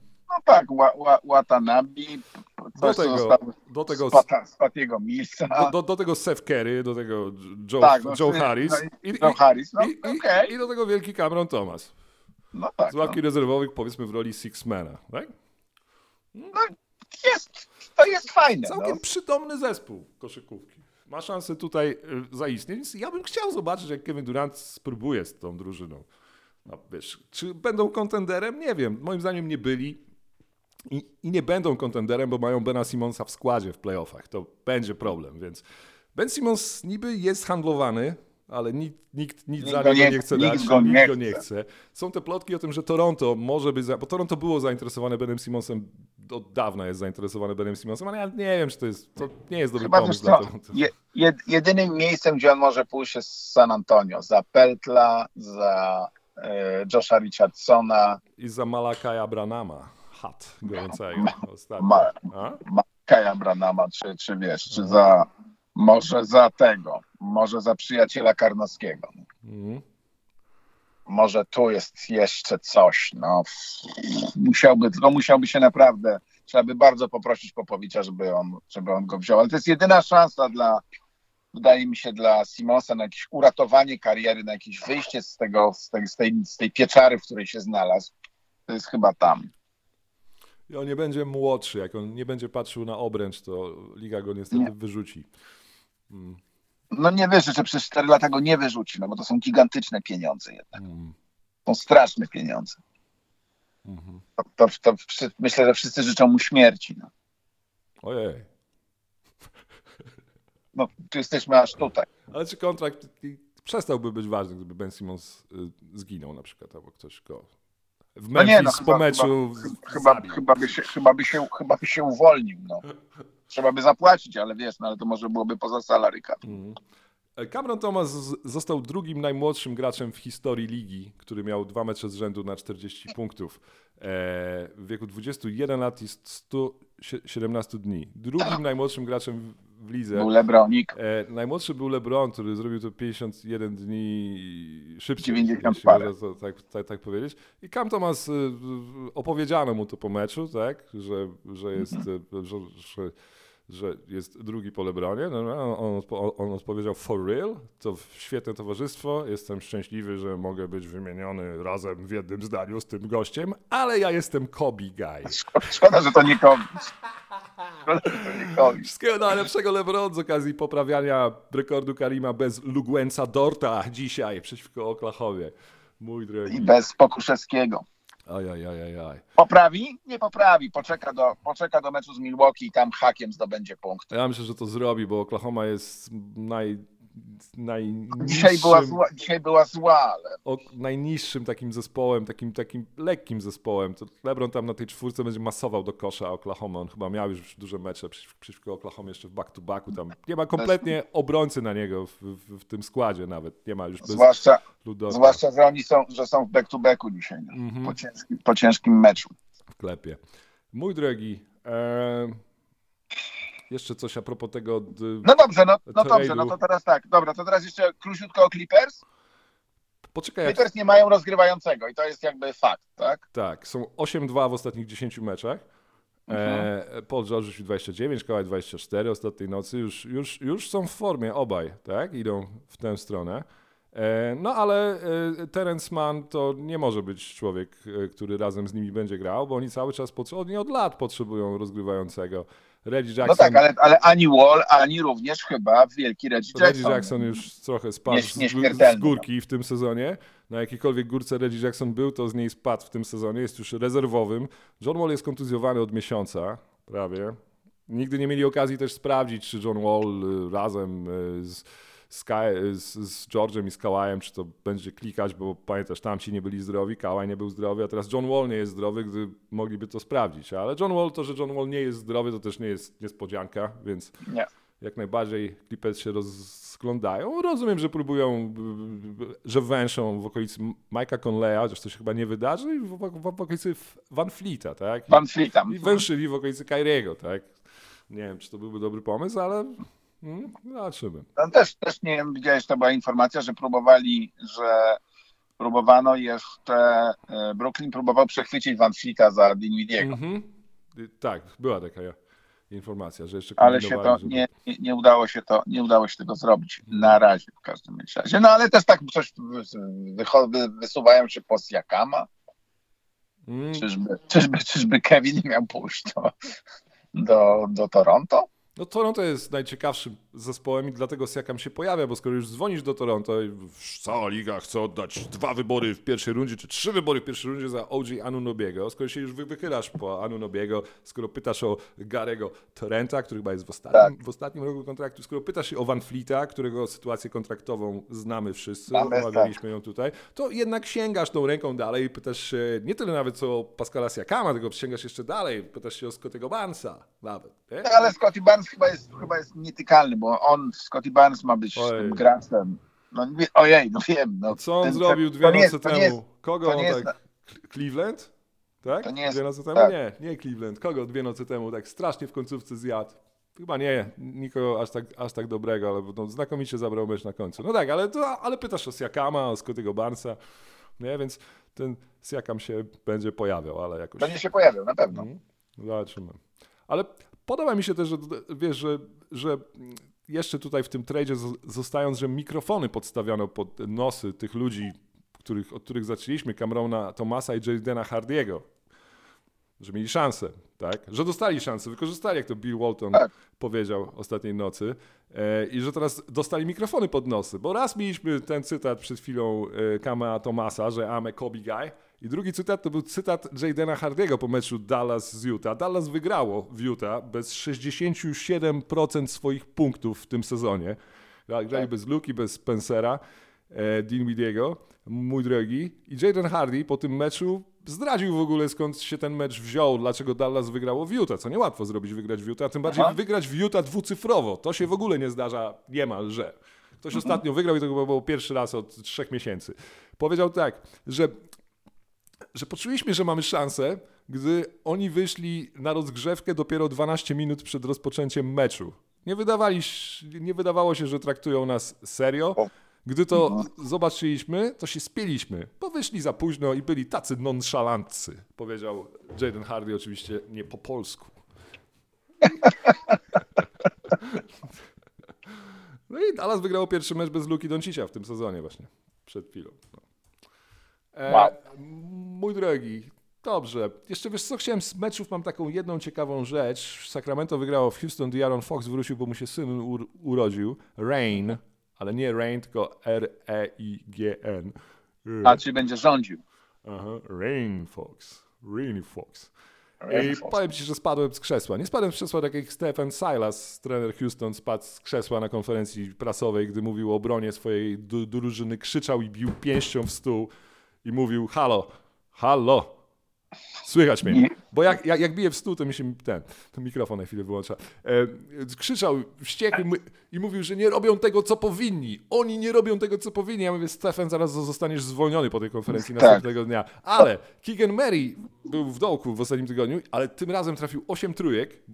tak, Wa- Wa- Watanabe, Do coś co tego, zostało do tego, z Pata- z Patiego Millsa. do, do, do tego Seth Curry, do tego Joe, Tak, no, Joe czy- Harris, no i, i i, Joe Harris, no, i, i, okej. i do tego wielki Cameron Thomas. No tak, Z no. ławki rezerwowych, powiedzmy, w roli Sixmana, tak? no jest, to jest fajne. Całkiem No. przytomny zespół koszykówki. Ma szansę tutaj y, zaistnieć, więc ja bym chciał zobaczyć, jak Kevin Durant spróbuje z tą drużyną. No, wiesz, czy będą kontenderem? Nie wiem. Moim zdaniem nie byli i, i nie będą kontenderem, bo mają Bena Simonsa w składzie w playoffach. To będzie problem, więc Ben Simmons niby jest handlowany, ale nikt, nikt nic Nikt za go niego nie- nie chce nikt dać, go nikt nie go nie chce. chce. Są te plotki o tym, że Toronto może być, za, bo Toronto było zainteresowane Benem Simmonsem, od dawna jest zainteresowane Benem Simmonsem, ale ja nie wiem, czy to jest, to nie jest dobry Chyba wiesz pomysł dla co, Toronto. je, jed, jedynym miejscem, gdzie on może pójść jest San Antonio. Za Peltla, za e, Josha Richardsona, I za Malakaja Branama, hat gorącego ostatnio. Ma, A? ma Kaja Branama, czy, czy wiesz, czy za, może za tego, może za przyjaciela Karnowskiego. Mhm. Może tu jest jeszcze coś, no. Musiałby, tylko musiałby się naprawdę, trzeba by bardzo poprosić Popowicza, żeby on, żeby on go wziął. Ale to jest jedyna szansa dla, wydaje mi się, dla Simonsa na jakieś uratowanie kariery, na jakieś wyjście z tego, z tej, z tej, z tej pieczary, w której się znalazł. To jest chyba tam. I on nie będzie młodszy, jak on nie będzie patrzył na obręcz, to liga go niestety Nie. wyrzuci. Mm. No nie wierzę, że przez cztery lata go nie wyrzuci, no bo to są gigantyczne pieniądze jednak. Mm. To są straszne pieniądze. Mhm. To, to, to wszy- myślę, że wszyscy życzą mu śmierci. No, Ojej. no tu jesteśmy aż tutaj. Ale czy kontrakt przestałby być ważny, gdyby Ben Simmons y, zginął na przykład, albo ktoś go w No nie, no Memphis chyba, po meczu chyba, chyba, zabił. chyba, by się, chyba, by się, chyba by się uwolnił. No. Trzeba by zapłacić, ale wiesz, no ale to może byłoby poza salary cap. Mhm. Cameron Thomas z- został drugim najmłodszym graczem w historii ligi, który miał dwa mecze z rzędu na czterdzieści punktów e, w wieku dwudziestu jeden lat i stu siedemnastu dni. Drugim najmłodszym graczem w, w lidze. Był LeBronik. E, najmłodszy był LeBron, który zrobił to pięćdziesiąt jeden dni szybciej, dziewięćdziesiąt jeśli parę. można to tak, tak, tak powiedzieć. I Cam Thomas, y, y, opowiedziano mu to po meczu, tak, że, że jest, y, że, że, że jest drugi po LeBronie. No, no, on, odpo- on odpowiedział for real, to świetne towarzystwo, jestem szczęśliwy, że mogę być wymieniony razem w jednym zdaniu z tym gościem, ale ja jestem Kobe guy. Szkoda, szkoda, że to nie Kobe. Szkoda, że to nie Kobe. Wszystkiego najlepszego LeBron z okazji poprawiania rekordu Karima bez Luguenza Dorta dzisiaj przeciwko Oklahomie. Mój drogi. I bez Pokuszewskiego. Aj, aj, aj, aj, aj. Poprawi? Nie poprawi. Poczeka do, poczeka do meczu z Milwaukee i tam hakiem zdobędzie punkt. Ja myślę, że to zrobi, bo Oklahoma jest naj, najniższym, Dzisiaj była zła, dzisiaj była zła, ale o, najniższym takim zespołem, takim, takim lekkim zespołem. To LeBron tam na tej czwórce będzie masował do kosza Oklahoma. On chyba miał już duże mecze przeciw, przeciwko Oklahomie jeszcze w back-to-backu. Tam nie ma kompletnie obrońcy na niego w, w, w tym składzie nawet. Nie ma już bez zwłaszcza, Ludorka zwłaszcza, że oni są, że są w back-to-backu dzisiaj. No. Mhm. Po, ciężkim, po ciężkim meczu. w klepie. Mój drogi, e, jeszcze coś a propos tego... d- No dobrze, no, no Trade'u. dobrze, no to teraz tak. Dobra, to teraz jeszcze króciutko o Clippers. Poczekaj, jak... Clippers nie mają rozgrywającego i to jest jakby fakt, tak? Tak, są osiem dwa w ostatnich dziesięciu meczach. E, Paul George rzucił dwadzieścia dziewięć, Kawhi dwadzieścia cztery ostatniej nocy. Już, już, już są w formie obaj, tak? Idą w tę stronę. E, no ale e, Terence Mann to nie może być człowiek, e, który razem z nimi będzie grał, bo oni cały czas, potrze- oni od lat potrzebują rozgrywającego. Reggie Jackson, No tak, ale, ale ani Wall, ani również chyba wielki Reggie Jackson. Reggie Jackson już trochę spadł Nie- z, nieśmiertelny, z górki w tym sezonie. Na jakiejkolwiek górce Reggie Jackson był, to z niej spadł w tym sezonie. Jest już rezerwowym. John Wall jest kontuzjowany od miesiąca prawie. Nigdy nie mieli okazji też sprawdzić, czy John Wall y, razem y, z, z, Ka- z, z George'em i z Kawhi'em, czy to będzie klikać, bo pamiętasz, tamci nie byli zdrowi, Kawhi nie był zdrowy, a teraz John Wall nie jest zdrowy, gdy mogliby to sprawdzić. Ale John Wall, to, że John Wall nie jest zdrowy, to też nie jest niespodzianka, więc Nie. jak najbardziej Clippers się rozglądają. Rozumiem, że próbują, że węszą w okolicy Mike'a Conleya, chociaż to się chyba nie wydarzy, i w, w, w okolicy Van Fleeta, tak? I, Van Fleeta. I węszyli w okolicy Kyriego, tak? Nie wiem, czy to byłby dobry pomysł, ale hmm, zobaczymy. No też, też nie wiem, widziałeś, to była informacja, że próbowali, że próbowano jeszcze, e, Brooklyn próbował przechwycić Van Fleeta za Dinwidiego, Mhm. Tak, była taka informacja, że jeszcze ale się to kombinowali, żeby- nie, nie, nie udało się to, nie udało się tego zrobić na razie w każdym bądź razie. No ale też tak coś wycho- wy- wysuwają się po Siakama. Mm. Czyżby, czyżby, czyżby Kevin miał pójść do, do, do Toronto? No Toronto jest najciekawszym zespołem i dlatego Siakam się pojawia, bo skoro już dzwonisz do Toronto i cała liga chce oddać dwa wybory w pierwszej rundzie, czy trzy wybory w pierwszej rundzie za O G Anunobiego, skoro się już wy- wychylasz po Anunobiego, skoro pytasz o Garego Torrenta, który chyba jest w ostatnim, Tak. w ostatnim roku kontraktu, skoro pytasz się o Van Fleeta, którego sytuację kontraktową znamy wszyscy, Znamy, omawialiśmy ją tutaj, to jednak sięgasz tą ręką dalej i pytasz się nie tyle nawet co o Pascala Siakama, tylko sięgasz jeszcze dalej, pytasz się o Scottiego Barnesa nawet. Nie? No, ale Scottie Barnes chyba jest, chyba jest nietykalny, bo on, Scottie Barnes ma być Oj. tym graczem. No, nie- ojej, no wiem. No, Co on ten- zrobił to dwie nie jest- nocy to nie temu? jest- Kogo to on nie jest tak... Cleveland? Tak? To nie jest- Dwie nocy temu? tak. Nie, nie Cleveland. Kogo dwie nocy temu tak strasznie w końcówce zjadł? Chyba nie, nikogo aż tak, aż tak dobrego, ale no, znakomicie zabrał mecz na końcu. No tak, ale, to, ale pytasz o Siakama, o Scottiego Barnesa, nie? Więc ten Siakam się będzie pojawiał, ale jakoś... Będzie się pojawiał, na pewno. Mhm. Zobaczymy. Ale podoba mi się też, że wiesz, że, że jeszcze tutaj w tym tradzie z- zostając, że mikrofony podstawiano pod nosy tych ludzi, których, od których zaczęliśmy, Camerona Thomasa i Jadena Hardiego, że mieli szansę, tak? Że dostali szansę, wykorzystali, jak to Bill Walton Tak. powiedział ostatniej nocy e, i że teraz dostali mikrofony pod nosy, bo raz mieliśmy ten cytat przed chwilą e, Camera Thomasa, że I'm a Kobe guy i drugi cytat to był cytat Jadena Hardiego po meczu Dallas z Utah. Dallas wygrało w Utah bez sześćdziesiąt siedem procent swoich punktów w tym sezonie. Grali Tak. bez Luki, bez Spencera, e, Dinwidiego, mój drogi. I Jaden Hardy po tym meczu zdradził w ogóle, skąd się ten mecz wziął, dlaczego Dallas wygrało w Utah, co niełatwo zrobić, wygrać w Utah, a tym bardziej Aha. wygrać w Utah dwucyfrowo. To się w ogóle nie zdarza niemalże. Ktoś ostatnio wygrał i to chyba było pierwszy raz od trzech miesięcy. Powiedział tak, że, że poczuliśmy, że mamy szansę, gdy oni wyszli na rozgrzewkę dopiero dwanaście minut przed rozpoczęciem meczu. Nie, wydawali, nie wydawało się, że traktują nas serio. Gdy to zobaczyliśmy, to się spieliśmy, bo wyszli za późno i byli tacy nonszalanccy, powiedział Jaden Hardy, oczywiście nie po polsku. No i Dallas wygrało pierwszy mecz bez Luki Doncicia w tym sezonie właśnie, przed chwilą. No. E, Wow. Mój drogi, dobrze. Jeszcze wiesz co, chciałem z meczów, mam taką jedną ciekawą rzecz. Sacramento wygrało w Houston, De'Aaron Fox wrócił, bo mu się syn ur- urodził. Rain, ale nie Rain, tylko R E I G N. A czy będzie rządził? Aha, Rain Fox. Rain Fox. Rain I Fox. powiem ci, że spadłem z krzesła. Nie spadłem z krzesła tak jak Stephen Silas, trener Houston, spadł z krzesła na konferencji prasowej, gdy mówił o obronie swojej du- drużyny, krzyczał i bił pięścią w stół i mówił halo, halo, słychać mnie. Bo jak, jak, jak bije w stół, to mi się ten, ten mikrofon na chwilę wyłącza. E, krzyczał wściekły my- i mówił, że nie robią tego, co powinni. Oni nie robią tego, co powinni. Ja mówię, Stefan, zaraz zostaniesz zwolniony po tej konferencji Tak. następnego dnia. Ale Keegan Murray był w dołku w ostatnim tygodniu, ale tym razem trafił osiem trójek,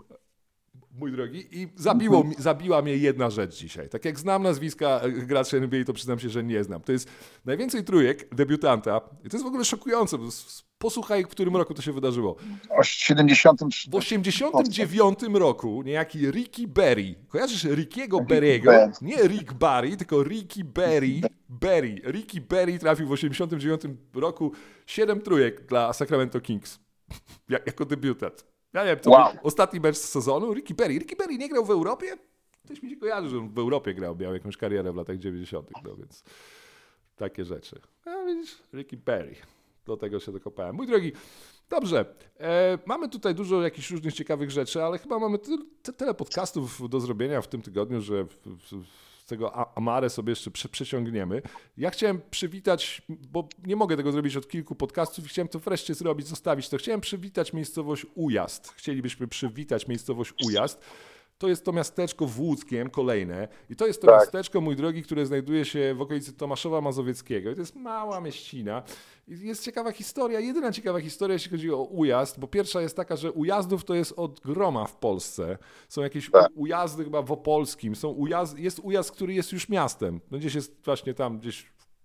mój drogi, i zabiło, mi- zabiła mnie jedna rzecz dzisiaj. Tak jak znam nazwiska e, graczy N B A, to przyznam się, że nie znam. To jest najwięcej trójek debiutanta. I to jest w ogóle szokujące, bo s- posłuchaj, w którym roku to się wydarzyło. O siedemdziesiątym W osiemdziesiątym dziewiątym roku niejaki Ricky Berry, kojarzysz Rickiego Berry'ego? Berry. Nie Rick Barry, tylko Ricky Berry. Berry. Ricky Berry trafił w osiemdziesiątym dziewiątym roku siedem trójek dla Sacramento Kings. Jak, jako debiutant. Ja nie wiem, to Wow. był ostatni mecz z sezonu. Ricky Berry. Ricky Berry nie grał w Europie? Ktoś mi się kojarzy, że on w Europie grał, miał jakąś karierę w latach dziewięćdziesiątych. No więc takie rzeczy. A widzisz, Ricky Berry. Do tego się dokopałem. Mój drogi, dobrze, e, mamy tutaj dużo jakichś różnych ciekawych rzeczy, ale chyba mamy ty, ty, tyle podcastów do zrobienia w tym tygodniu, że w, w, z tego A- Amarę sobie jeszcze prze, przeciągniemy. Ja chciałem przywitać, bo nie mogę tego zrobić od kilku podcastów i chciałem to wreszcie zrobić, zostawić to. Chciałem przywitać miejscowość Ujazd. Chcielibyśmy przywitać miejscowość Ujazd. To jest to miasteczko w Łódzkiem, kolejne. I to jest to Tak. miasteczko, mój drogi, które znajduje się w okolicy Tomaszowa Mazowieckiego. I to jest mała mieścina. I jest ciekawa historia, jedyna ciekawa historia, jeśli chodzi o Ujazd, bo pierwsza jest taka, że Ujazdów to jest od groma w Polsce. Są jakieś Tak. u- ujazdy chyba w Opolskim. Są ujazd, jest ujazd, który jest już miastem. No gdzieś jest właśnie tam, gdzieś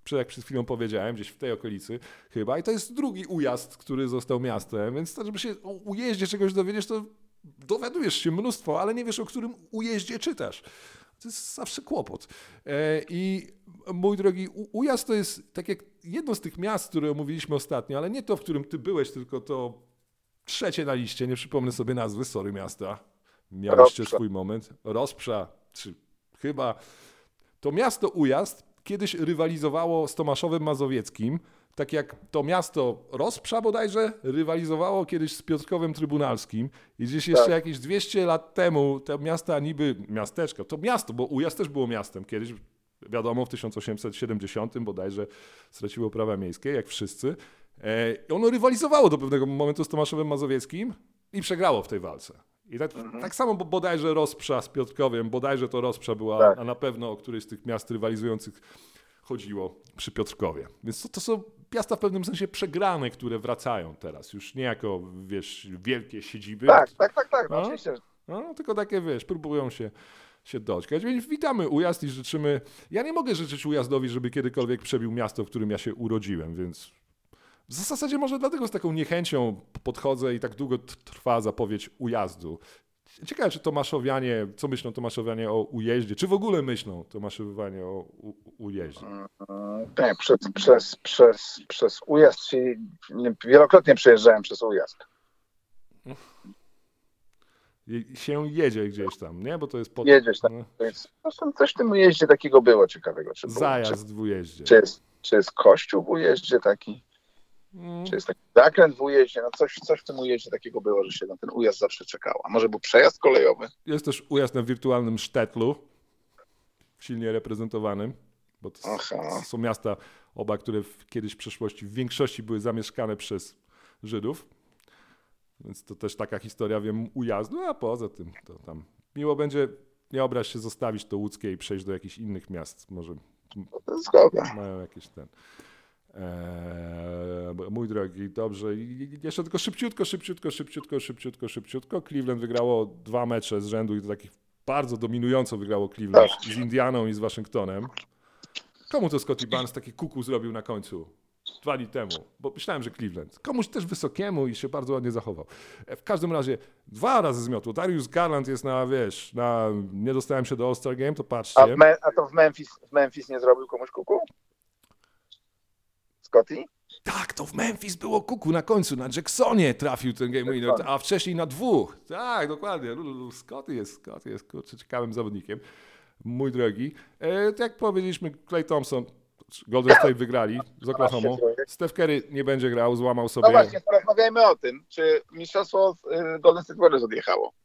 jak przed chwilą powiedziałem, gdzieś w tej okolicy chyba. I to jest drugi ujazd, który został miastem, więc to, żeby się o ujeździe czegoś dowiedzieć, to dowiadujesz się mnóstwo, ale nie wiesz, o którym ujeździe czytasz. To jest zawsze kłopot. I mój drogi, Ujazd to jest tak jak jedno z tych miast, które omówiliśmy ostatnio, ale nie to, w którym ty byłeś, tylko to trzecie na liście, nie przypomnę sobie nazwy, sorry miasta. Miałeście Rozprza. swój moment. Rozprza, czy chyba. To miasto Ujazd kiedyś rywalizowało z Tomaszowem Mazowieckim, tak jak to miasto Rozprza bodajże rywalizowało kiedyś z Piotrkowem Trybunalskim i gdzieś jeszcze Tak. jakieś dwieście lat temu te miasta niby, miasteczka, to miasto, bo Ujazd też było miastem kiedyś, wiadomo w tysiąc osiemset siedemdziesiątym bodajże straciło prawa miejskie, jak wszyscy. E, ono rywalizowało do pewnego momentu z Tomaszowem Mazowieckim i przegrało w tej walce. I tak, Mhm. tak samo bo bodajże Rozprza z Piotrkowiem, bodajże to Rozprza była, Tak. a na pewno o którejś z tych miast rywalizujących chodziło przy Piotrkowie. Więc to, to są miasta w pewnym sensie przegrane, które wracają teraz. Już nie jako, wiesz, wielkie siedziby. Tak, tak, tak, tak, no, No. oczywiście. No, tylko takie, wiesz, próbują się, się doczkać. Więc witamy Ujazd i życzymy... Ja nie mogę życzyć Ujazdowi, żeby kiedykolwiek przebił miasto, w którym ja się urodziłem, więc w zasadzie może dlatego z taką niechęcią podchodzę i tak długo t- trwa zapowiedź Ujazdu. Ciekawe, czy Tomaszowianie, co myślą Tomaszowianie o ujeździe, czy w ogóle myślą Tomaszowianie o u- ujeździe. Nie, przez, przez, przez, przez Ujazd się, nie, wielokrotnie przejeżdżałem przez Ujazd. I się jedzie gdzieś tam, nie? Bo to jest pod... Jedziesz tam. no, Więc zresztą coś w tym Ujeździe takiego było ciekawego. Czy, było, czy, zajazd w ujeździe. czy, jest, czy jest kościół w Ujeździe taki? Mm. Czy jest taki zakręt w Ujeździe? No coś, coś w tym Ujeździe takiego było, że się na ten Ujazd zawsze czekało. A może był przejazd kolejowy? Jest też ujazd na wirtualnym Sztetlu, silnie reprezentowanym, bo to s- Aha. są miasta oba, które w, kiedyś w przeszłości w większości były zamieszkane przez Żydów. Więc to też taka historia, wiem, Ujazdu, a poza tym to tam miło będzie, nie obraź się, zostawić to łódzkie i przejść do jakichś innych miast. Może Zgoda. mają jakieś ten... Eee, mój drogi, dobrze. I jeszcze tylko szybciutko, szybciutko, szybciutko, szybciutko, szybciutko. Cleveland wygrało dwa mecze z rzędu i to takich bardzo dominująco wygrało Cleveland z Indianą i z Waszyngtonem. Komu to Scottie Barnes taki kuku zrobił na końcu? Dwa dni temu, bo myślałem, że Cleveland. Komuś też wysokiemu i się bardzo ładnie zachował. E, W każdym razie dwa razy zmiotło. Darius Garland jest na, wiesz, na nie dostałem się do All-Star Game, to A, patrzcie. w Me- a to w Memphis, w Memphis nie zrobił komuś kuku? Scotty? Tak, to w Memphis było kuku na końcu, na Jacksonie trafił ten game winner, a wcześniej na dwóch. Tak, dokładnie. Lulu Scotty jest, Scotty jest kurczę, ciekawym zawodnikiem. Mój drogi. E, to jak powiedzieliśmy, Klay Thompson, Golden State wygrali z Oklahoma. Steph Curry nie będzie grał, złamał sobie. No właśnie, porozmawiajmy o tym, czy mistrzostwo y, Golden State Warriors odjechało.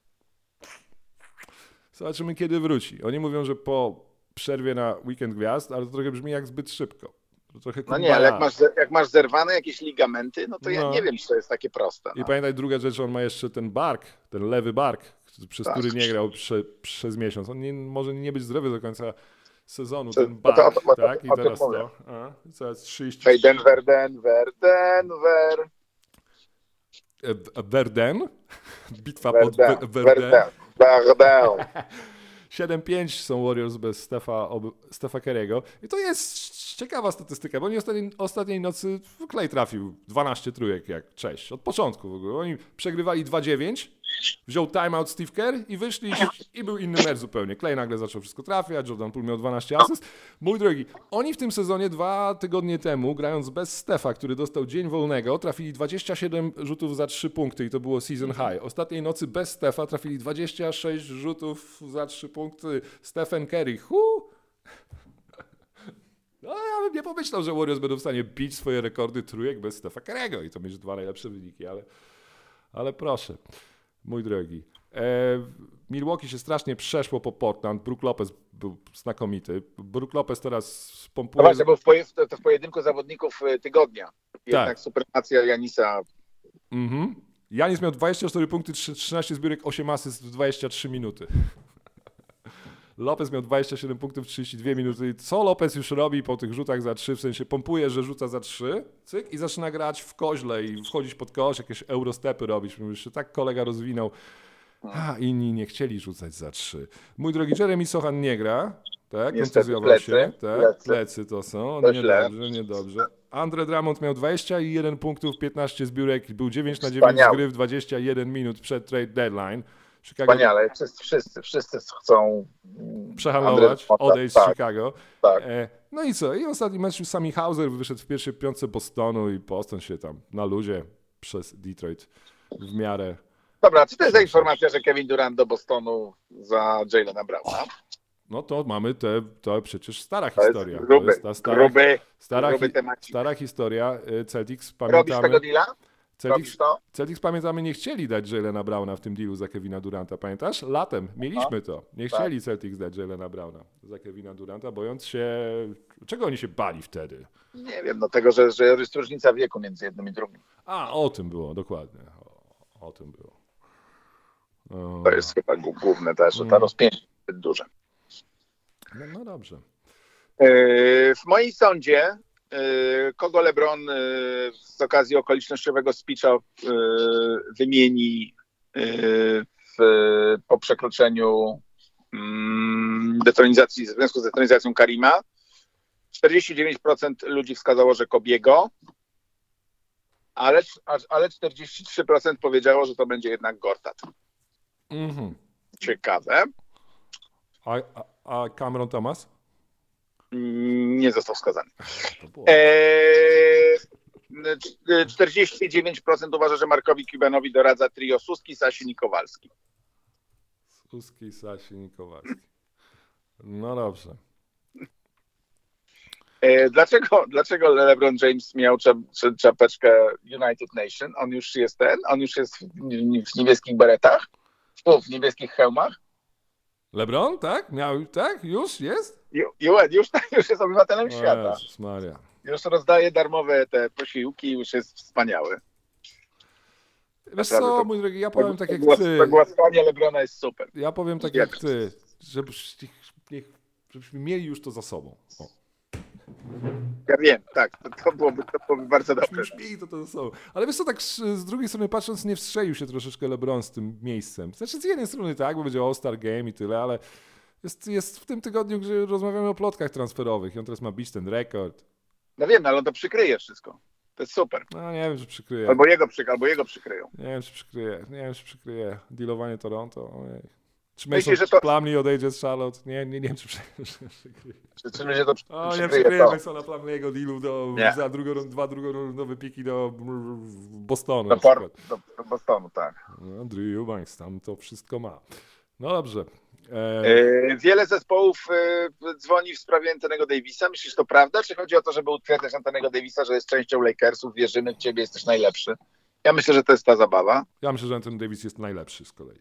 Zobaczymy, kiedy wróci. Oni mówią, że po przerwie na weekend gwiazd, ale to trochę brzmi jak zbyt szybko. To trochę No nie, ale jak kumbaya. masz, ze- jak masz zerwane jakieś ligamenty, no to ja No. nie wiem, czy to jest takie proste. I No. pamiętaj, druga rzecz, że on ma jeszcze ten bark, ten lewy bark, przez Tak. który nie grał prze, przez miesiąc. On nie, może nie być zdrowy do końca sezonu, Co- ten o to- bark, o to- o to- tak? I o tym teraz mówię. to. A, teraz trzydzieści. Hej, Denver, Denver, Denver, E, Verden, bitwa pod Verdun, Ver- Verden. Verdun, Verdun. siedem pięć są Warriors bez Stefa, ob- Stefa Curry'ego. I to jest ciekawa statystyka, bo oni ostatniej, ostatniej nocy w Klay trafił dwanaście trójek jak cześć. Od początku w ogóle. Oni przegrywali dwa dziewięć, wziął timeout Steve Kerr i wyszli i był inny mecz zupełnie. Klay nagle zaczął wszystko trafiać, Jordan Poole miał dwanaście asyst. Mój drogi, oni w tym sezonie dwa tygodnie temu, grając bez Stefa, który dostał dzień wolnego, trafili dwadzieścia siedem rzutów za trzy punkty i to było season high. Ostatniej nocy bez Stefa trafili dwadzieścia sześć rzutów za trzy punkty. Stephen Curry, hu! No, ja bym nie pomyślał, że Warriors będą w stanie bić swoje rekordy trójek bez Stefa Curry'ego i to mieć dwa najlepsze wyniki, ale, ale proszę, mój drogi. E, Milwaukee się strasznie przeszło po Portland. Brook Lopez był znakomity. Brook Lopez teraz No pompuje... właśnie, bo w, poje, to, to w pojedynku zawodników y, tygodnia. Jednak Tak. supremacja Janisa. Mhm. Janis miał dwadzieścia cztery punkty, trzynaście zbiórek, osiem asyst w dwadzieścia trzy minuty. Lopez miał dwadzieścia siedem punktów, trzydzieści dwie minuty. I co Lopez już robi po tych rzutach za trzy? W sensie pompuje, że rzuca za trzy, cyk, i zaczyna grać w koźle i wchodzić pod kosz, jakieś eurostepy robić. Mówisz, że tak kolega rozwinął A, inni nie chcieli rzucać za trzy. Mój drogi Jeremy Sochan nie gra, tak? Niestety, Kontuzjował plecy, się, tak? plecy. Plecy to są, To źle. niedobrze, niedobrze. Andre Drummond miał dwadzieścia jeden punktów, piętnaście zbiórek, był dziewięć na dziewięć z Wspaniały. gry w dwadzieścia jeden minut przed trade deadline. Chicago Wspaniale, wszyscy, wszyscy, wszyscy chcą mm, przehandlować, Andre- odejść z tak, Chicago. tak. E, no i co? I ostatni mecz Sammy Hauser wyszedł w pierwszej piątce Bostonu i Boston się tam na luzie przez Detroit w miarę... Dobra, co to jest za informacja, że Kevin Durant do Bostonu za Jalena Browna? No to mamy te, to przecież stara To jest historia. gruby, to jest ta stara, gruby, stara, gruby hi, temacik. stara historia. y, Celtics Robisz pamiętamy. tego deala? Celtics, Robisz to? Celtics pamiętamy, nie chcieli dać Jalena Browna w tym dealu za Kevina Duranta. Pamiętasz? Latem mieliśmy to. Nie Tak. chcieli Celtics dać Jalena Browna za Kevina Duranta, bojąc się... Czego oni się bali wtedy? Nie wiem, no tego, że, że jest różnica wieku między jednym i drugim. A, o tym było, dokładnie. O, o tym było. O, To jest chyba g- główne też, że ta Mm. rozpięcie jest zbyt duże. no, no dobrze. Yy, W mojej sądzie, yy, kogo LeBron yy, z okazji okolicznościowego speecha yy, wymieni yy, w, po przekroczeniu mm, detronizacji, w związku z detronizacją Karima, czterdzieści dziewięć procent ludzi wskazało, że Kobiego, ale, ale czterdzieści trzy procent powiedziało, że to będzie jednak Gortat. Mhm. Ciekawe. A, a, a Cameron Thomas? Mm, Nie został wskazany. To było. Eee, c- czterdzieści dziewięć procent uważa, że Markowi Cubanowi doradza trio Suski, Sasin i Kowalski. Suski, Sasi, Nikowalski. No dobrze. Eee, dlaczego, dlaczego LeBron James miał czap, cza- czapeczkę United Nation? On już jest ten, on już jest w, w niebieskich beretach, w, w niebieskich hełmach. LeBron, tak? Miał, tak? Już jest? Ju, ju, już, już jest obywatelem O świata. Jezus Maria. Już rozdaje darmowe te posiłki, już jest wspaniały. Wiesz Naprawdę co, to- mój drogi, ja powiem tak jak Głos- ty. To głaskanie LeBrona jest super. Ja powiem tak jak ty. Żebyś, niech, żebyśmy mieli już to za sobą. O. Ja wiem, tak, to, to, byłoby, to byłoby bardzo Żebyśmy dobre. już mieli to, to za sobą. Ale wiesz co, tak z z drugiej strony patrząc, nie wstrzelił się troszeczkę LeBron z tym miejscem. Znaczy z jednej strony tak, bo będzie All-Star Game i tyle, ale jest, jest w tym tygodniu, gdzie rozmawiamy o plotkach transferowych i on teraz ma bić ten rekord. No wiem, ale on to przykryje wszystko. To jest super. No nie wiem, czy przykryje. Albo jego, przyk- albo jego przykryją. Nie wiem, czy przykryje. Nie wiem, czy przykryje. Dealowanie Toronto. Ojej. Czy Myślisz, Mason że to- Plumlee odejdzie z Charlotte? Nie, nie, nie wiem, czy przy- czy przykryje. Czy, czy ludzie to przy- O, nie przykryje przykryje to Masona Plumlee'ego dealu do, Nie. za drugorun- dwa drugorundowe piki do Bostonu. do, na por- przykład. do, do Bostonu, tak. No, Drew Eubanks tam to wszystko ma. No dobrze. E, Yy, wiele zespołów yy, dzwoni w sprawie Antonego Davisa. Myślisz, to prawda? Czy chodzi o to, żeby utwierdzać Antonego Davisa, że jest częścią Lakersów, wierzymy w ciebie, jesteś najlepszy? Ja myślę, że to jest ta zabawa. ja myślę, że Anthony Davis jest najlepszy z kolei.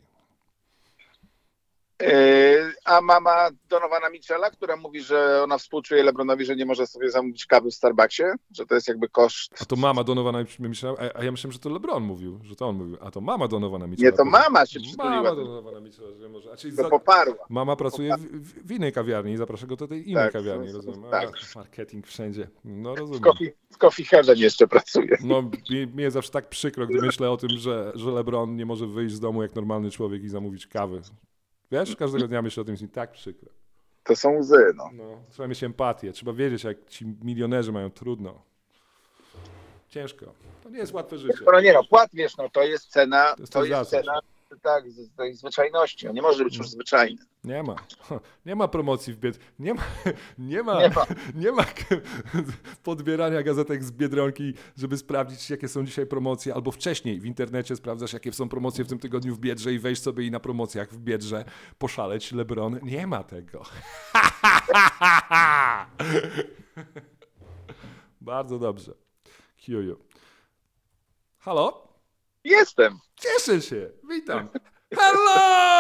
Yy, a mama Donowana Mitchella, która mówi, że ona współczuje LeBronowi, że nie może sobie zamówić kawy w Starbucksie, że to jest jakby koszt. A to mama Donowana Mitchella, a- a ja myślałem, że to LeBron mówił, że to on mówił. A to mama Donowana Mitchella. Nie, to mama się przytuliła. Mama Donowana Mitchella, że może. A czyli To za... poparła. Mama pracuje w, w, w innej kawiarni i zaprasza go do tej innej Tak, kawiarni, to- rozumiem. tak. A, marketing wszędzie. No W rozumiem. Coffee, w coffee Heaven jeszcze pracuje. No mi, mi jest zawsze tak przykro, gdy myślę o tym, że, że LeBron nie może wyjść z domu jak normalny człowiek i zamówić kawy. Wiesz, każdego dnia myślę o tym, jest mi tak przykro. To są łzy, no. No, trzeba mieć empatię, trzeba wiedzieć, jak ci milionerzy mają trudno. Ciężko. To nie jest łatwe życie. No nie no, płat, wiesz, no to jest cena, To jest to ten jest zasób. cena, tak, z tej zwyczajności. On nie może być już zwyczajny. Nie ma. Nie ma promocji w Bied... Nie ma, nie ma, Nie ma. nie ma k- podbierania gazetek z Biedronki, żeby sprawdzić, jakie są dzisiaj promocje, albo wcześniej w internecie sprawdzasz, jakie są promocje w tym tygodniu w Biedrze i wejść sobie i na promocjach w Biedrze poszaleć LeBron. Nie ma tego. Bardzo dobrze. Kiuju. Halo? Jestem. Cieszę się. Witam. Hello!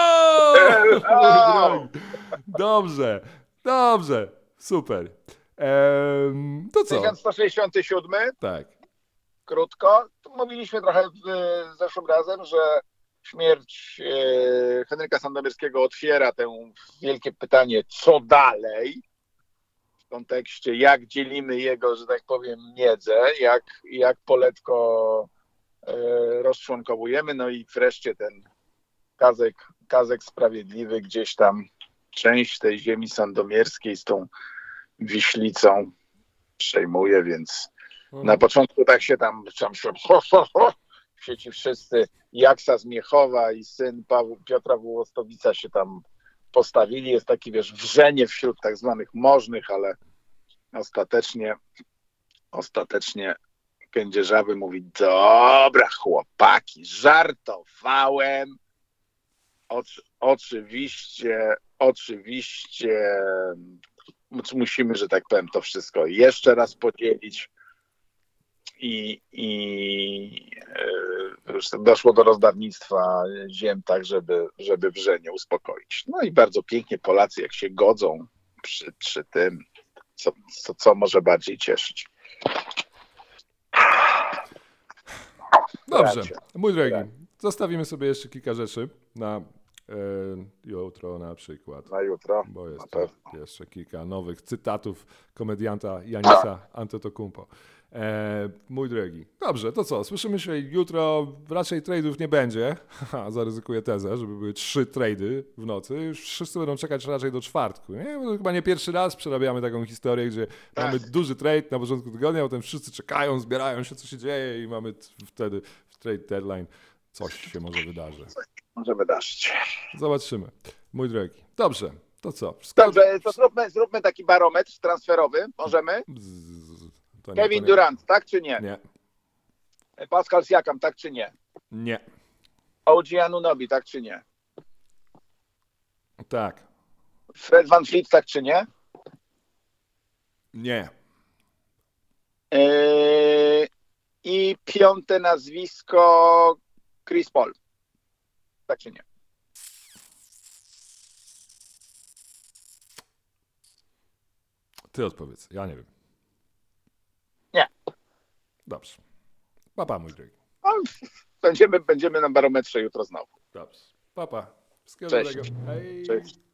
Hello! Dobrze, dobrze, super. Ehm, to co? tysiąc sto sześćdziesiąty siódmy, Tak. krótko. Tu mówiliśmy trochę w, zeszłym razem, że śmierć e, Henryka Sandomierskiego otwiera tę wielkie pytanie, co dalej? W kontekście, jak dzielimy jego, że tak powiem, miedzę, jak, jak poletko e, rozczłonkowujemy, no i wreszcie ten Kazek, Kazek Sprawiedliwy gdzieś tam część tej ziemi sandomierskiej z tą Wiślicą przejmuje, więc na początku tak się tam, tam się, ho, ho, ho, się ci wszyscy Jaksa z Miechowa i syn Pawu, Piotra Włostowica się tam postawili. Jest taki, wiesz, wrzenie wśród tak zwanych możnych, ale ostatecznie ostatecznie Kędzierzawy mówi: dobra chłopaki, żartowałem. Oczy, oczywiście, oczywiście musimy, że tak powiem, to wszystko jeszcze raz podzielić. I, i e, doszło do rozdawnictwa ziem tak, żeby, żeby Wrzenie uspokoić. No i bardzo pięknie Polacy, jak się godzą przy, przy tym, co, co, co może bardziej cieszyć. Dobrze, Bracie. mój drogi, zostawimy sobie jeszcze kilka rzeczy na e, jutro na przykład. Na jutro. Bo Na jest pewno. tu jeszcze kilka nowych cytatów komedianta Janisa Antetokounmpo. E, mój drogi. Dobrze, to co? Słyszymy się jutro. Raczej trade'ów nie będzie. Haha, zaryzykuję tezę, żeby były trzy trade'y w nocy. Już wszyscy będą czekać raczej do czwartku. Nie? Bo to chyba nie pierwszy raz przerabiamy taką historię, gdzie Tak. mamy duży trade na początku tygodnia, potem wszyscy czekają, zbierają się, co się dzieje i mamy t- wtedy w trade deadline coś się może wydarzy. Może wydarzyć. Zobaczymy. Mój drogi. Dobrze, to co? Wszystko... Dobrze, to zróbmy, zróbmy taki barometr transferowy. Możemy? Z- to nie, Kevin to nie. Durant, tak czy nie? Nie, Pascal Siakam, tak czy nie? nie, O G Anunoby, tak czy nie? tak, Fred Van Fleet, tak czy nie? nie, Yy, I piąte nazwisko Chris Paul. Tak czy nie? ty odpowiedz, ja nie wiem. Nie. Dobrze. Papa, mój drogi. No, będziemy, będziemy na barometrze jutro znowu. Dobrze. Papa. Wszystkiego Cześć. dobrego. Hej. Cześć.